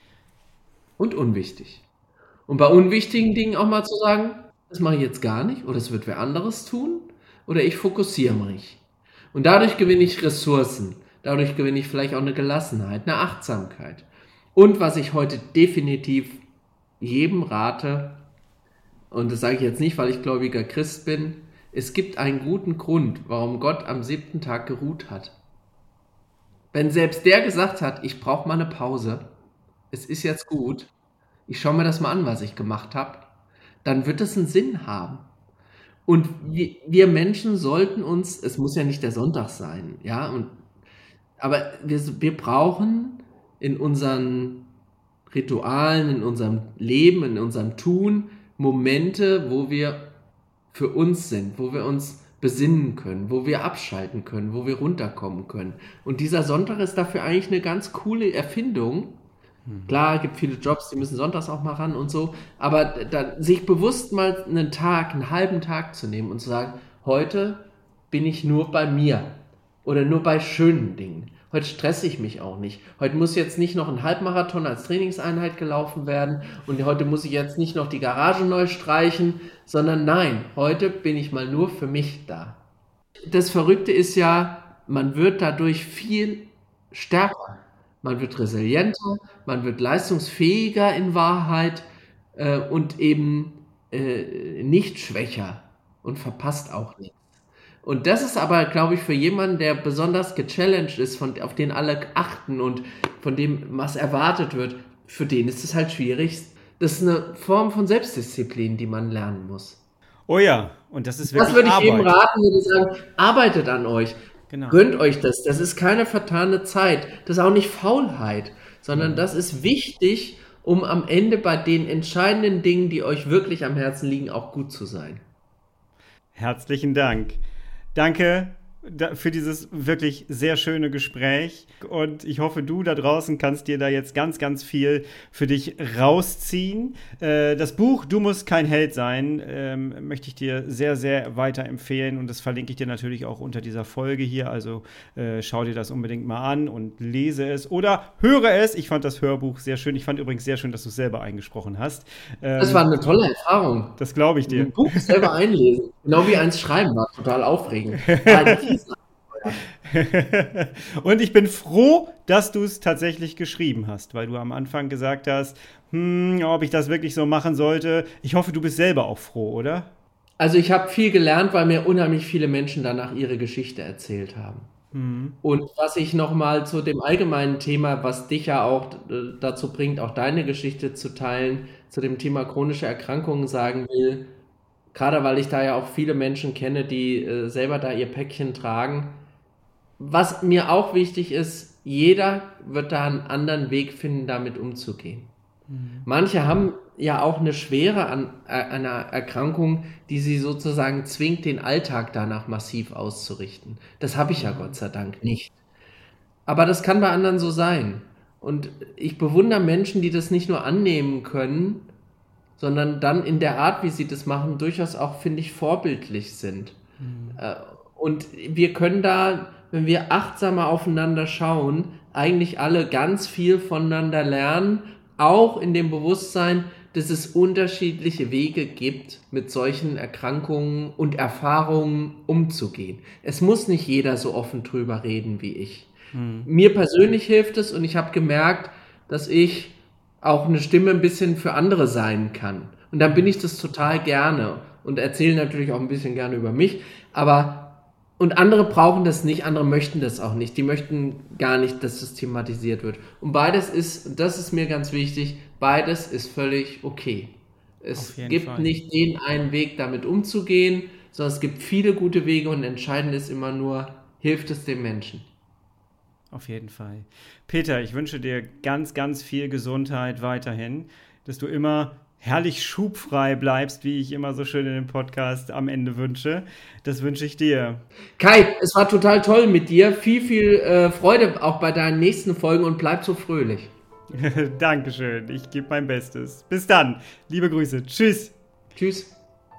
C: und unwichtig. Und bei unwichtigen Dingen auch mal zu sagen, das mache ich jetzt gar nicht oder es wird wer anderes tun oder ich fokussiere mich. Und dadurch gewinne ich Ressourcen. Dadurch gewinne ich vielleicht auch eine Gelassenheit, eine Achtsamkeit. Und was ich heute definitiv jedem rate, und das sage ich jetzt nicht, weil ich gläubiger Christ bin, es gibt einen guten Grund, warum Gott am siebten Tag geruht hat. Wenn selbst der gesagt hat, ich brauche mal eine Pause, es ist jetzt gut, ich schaue mir das mal an, was ich gemacht habe, dann wird es einen Sinn haben. Und wir, wir Menschen sollten uns, es muss ja nicht der Sonntag sein, ja, und, aber wir, wir brauchen in unseren Ritualen, in unserem Leben, in unserem Tun Momente, wo wir für uns sind, wo wir uns besinnen können, wo wir abschalten können, wo wir runterkommen können. Und dieser Sonntag ist dafür eigentlich eine ganz coole Erfindung. Mhm. Klar, es gibt viele Jobs, die müssen sonntags auch mal ran und so, aber da, sich bewusst mal einen Tag, einen halben Tag zu nehmen und zu sagen, heute bin ich nur bei mir oder nur bei schönen Dingen. Heute stresse ich mich auch nicht. Heute muss jetzt nicht noch ein Halbmarathon als Trainingseinheit gelaufen werden und heute muss ich jetzt nicht noch die Garage neu streichen, sondern nein, heute bin ich mal nur für mich da. Das Verrückte ist ja, man wird dadurch viel stärker. Man wird resilienter, man wird leistungsfähiger in Wahrheit äh, und eben äh, nicht schwächer und verpasst auch nichts. Und das ist aber, glaube ich, für jemanden, der besonders gechallenged ist, von, auf den alle achten und von dem was erwartet wird, für den ist es halt schwierig. Das ist eine Form von Selbstdisziplin, die man lernen muss.
A: Oh ja, und das ist wirklich
C: Das würde ich
A: Arbeit.
C: jedem raten, würde ich sagen, arbeitet an euch.
A: Genau.
C: Gönnt euch das. Das ist keine vertane Zeit. Das ist auch nicht Faulheit, sondern
A: Mhm.
C: das ist wichtig, um am Ende bei den entscheidenden Dingen, die euch wirklich am Herzen liegen, auch gut zu sein.
A: Herzlichen Dank. Danke für dieses wirklich sehr schöne Gespräch und ich hoffe, du da draußen kannst dir da jetzt ganz, ganz viel für dich rausziehen. Äh, das Buch Du musst kein Held sein, ähm, möchte ich dir sehr, sehr weiterempfehlen und das verlinke ich dir natürlich auch unter dieser Folge hier, also äh, schau dir das unbedingt mal an und lese es oder höre es. Ich fand das Hörbuch sehr schön. Ich fand übrigens sehr schön, dass du es selber eingesprochen hast. Ähm,
C: Das war eine tolle Erfahrung.
A: Das glaube ich dir.
C: Ein Buch selber einlesen. Genau wie eins schreiben war. Total aufregend.
A: Und ich bin froh, dass du es tatsächlich geschrieben hast, weil du am Anfang gesagt hast, hm, ob ich das wirklich so machen sollte. Ich hoffe, du bist selber auch froh, oder?
C: Also ich habe viel gelernt, weil mir unheimlich viele Menschen danach ihre Geschichte erzählt haben. Mhm. Und was ich nochmal zu dem allgemeinen Thema, was dich ja auch äh, dazu bringt, auch deine Geschichte zu teilen, zu dem Thema chronische Erkrankungen sagen will, gerade weil ich da ja auch viele Menschen kenne, die äh, selber da ihr Päckchen tragen, was mir auch wichtig ist, jeder wird da einen anderen Weg finden, damit umzugehen. Mhm. Manche haben ja auch eine Schwere an einer Erkrankung, die sie sozusagen zwingt, den Alltag danach massiv auszurichten. Das habe ich ja Gott sei Dank nicht. Aber das kann bei anderen so sein. Und ich bewundere Menschen, die das nicht nur annehmen können, sondern dann in der Art, wie sie das machen, durchaus auch, finde ich, vorbildlich sind. Mhm. Und wir können da, wenn wir achtsamer aufeinander schauen, eigentlich alle ganz viel voneinander lernen, auch in dem Bewusstsein, dass es unterschiedliche Wege gibt, mit solchen Erkrankungen und Erfahrungen umzugehen. Es muss nicht jeder so offen drüber reden wie ich. Hm. Mir persönlich hilft es und ich habe gemerkt, dass ich auch eine Stimme ein bisschen für andere sein kann. Und dann bin ich das total gerne und erzähle natürlich auch ein bisschen gerne über mich. Aber und andere brauchen das nicht, andere möchten das auch nicht. Die möchten gar nicht, dass das thematisiert wird. Und beides ist, und das ist mir ganz wichtig, beides ist völlig okay. Es gibt Fall. Nicht den einen Weg, damit umzugehen, sondern es gibt viele gute Wege und entscheidend ist immer nur, hilft es dem Menschen.
A: Auf jeden Fall. Peter, ich wünsche dir ganz, ganz viel Gesundheit weiterhin, dass du immer herrlich schubfrei bleibst, wie ich immer so schön in dem Podcast am Ende wünsche. Das wünsche ich dir.
C: Kai, es war total toll mit dir. Viel, viel äh, Freude auch bei deinen nächsten Folgen und bleib so fröhlich.
A: Dankeschön, ich gebe mein Bestes. Bis dann, liebe Grüße. Tschüss.
C: Tschüss.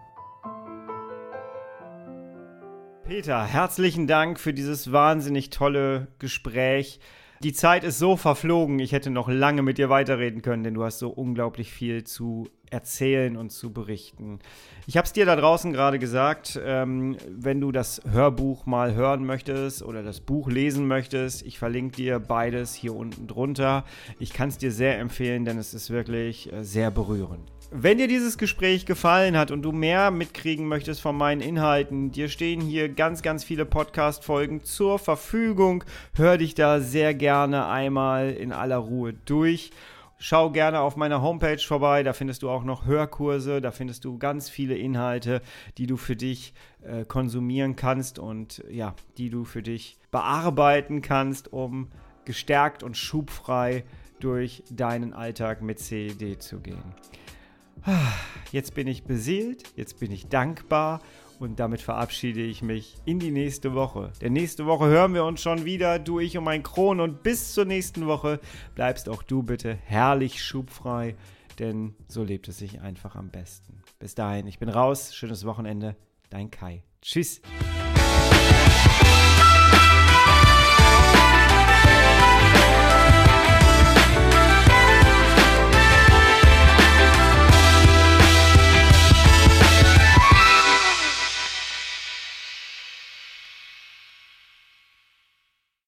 A: Peter, herzlichen Dank für dieses wahnsinnig tolle Gespräch. Die Zeit ist so verflogen, ich hätte noch lange mit dir weiterreden können, denn du hast so unglaublich viel zu erzählen und zu berichten. Ich habe es dir da draußen gerade gesagt, ähm, wenn du das Hörbuch mal hören möchtest oder das Buch lesen möchtest, ich verlinke dir beides hier unten drunter. Ich kann es dir sehr empfehlen, denn es ist wirklich äh, sehr berührend. Wenn dir dieses Gespräch gefallen hat und du mehr mitkriegen möchtest von meinen Inhalten, dir stehen hier ganz, ganz viele Podcast-Folgen zur Verfügung. Hör dich da sehr gerne einmal in aller Ruhe durch. Schau gerne auf meiner Homepage vorbei, da findest du auch noch Hörkurse, da findest du ganz viele Inhalte, die du für dich äh, konsumieren kannst und ja, die du für dich bearbeiten kannst, um gestärkt und schubfrei durch deinen Alltag mit C E D zu gehen. Jetzt bin ich beseelt, jetzt bin ich dankbar und damit verabschiede ich mich in die nächste Woche. Denn nächste Woche hören wir uns schon wieder, du, ich und mein Kron. Und bis zur nächsten Woche bleibst auch du bitte herrlich schubfrei, denn so lebt es sich einfach am besten. Bis dahin, ich bin raus, schönes Wochenende, dein Kai. Tschüss.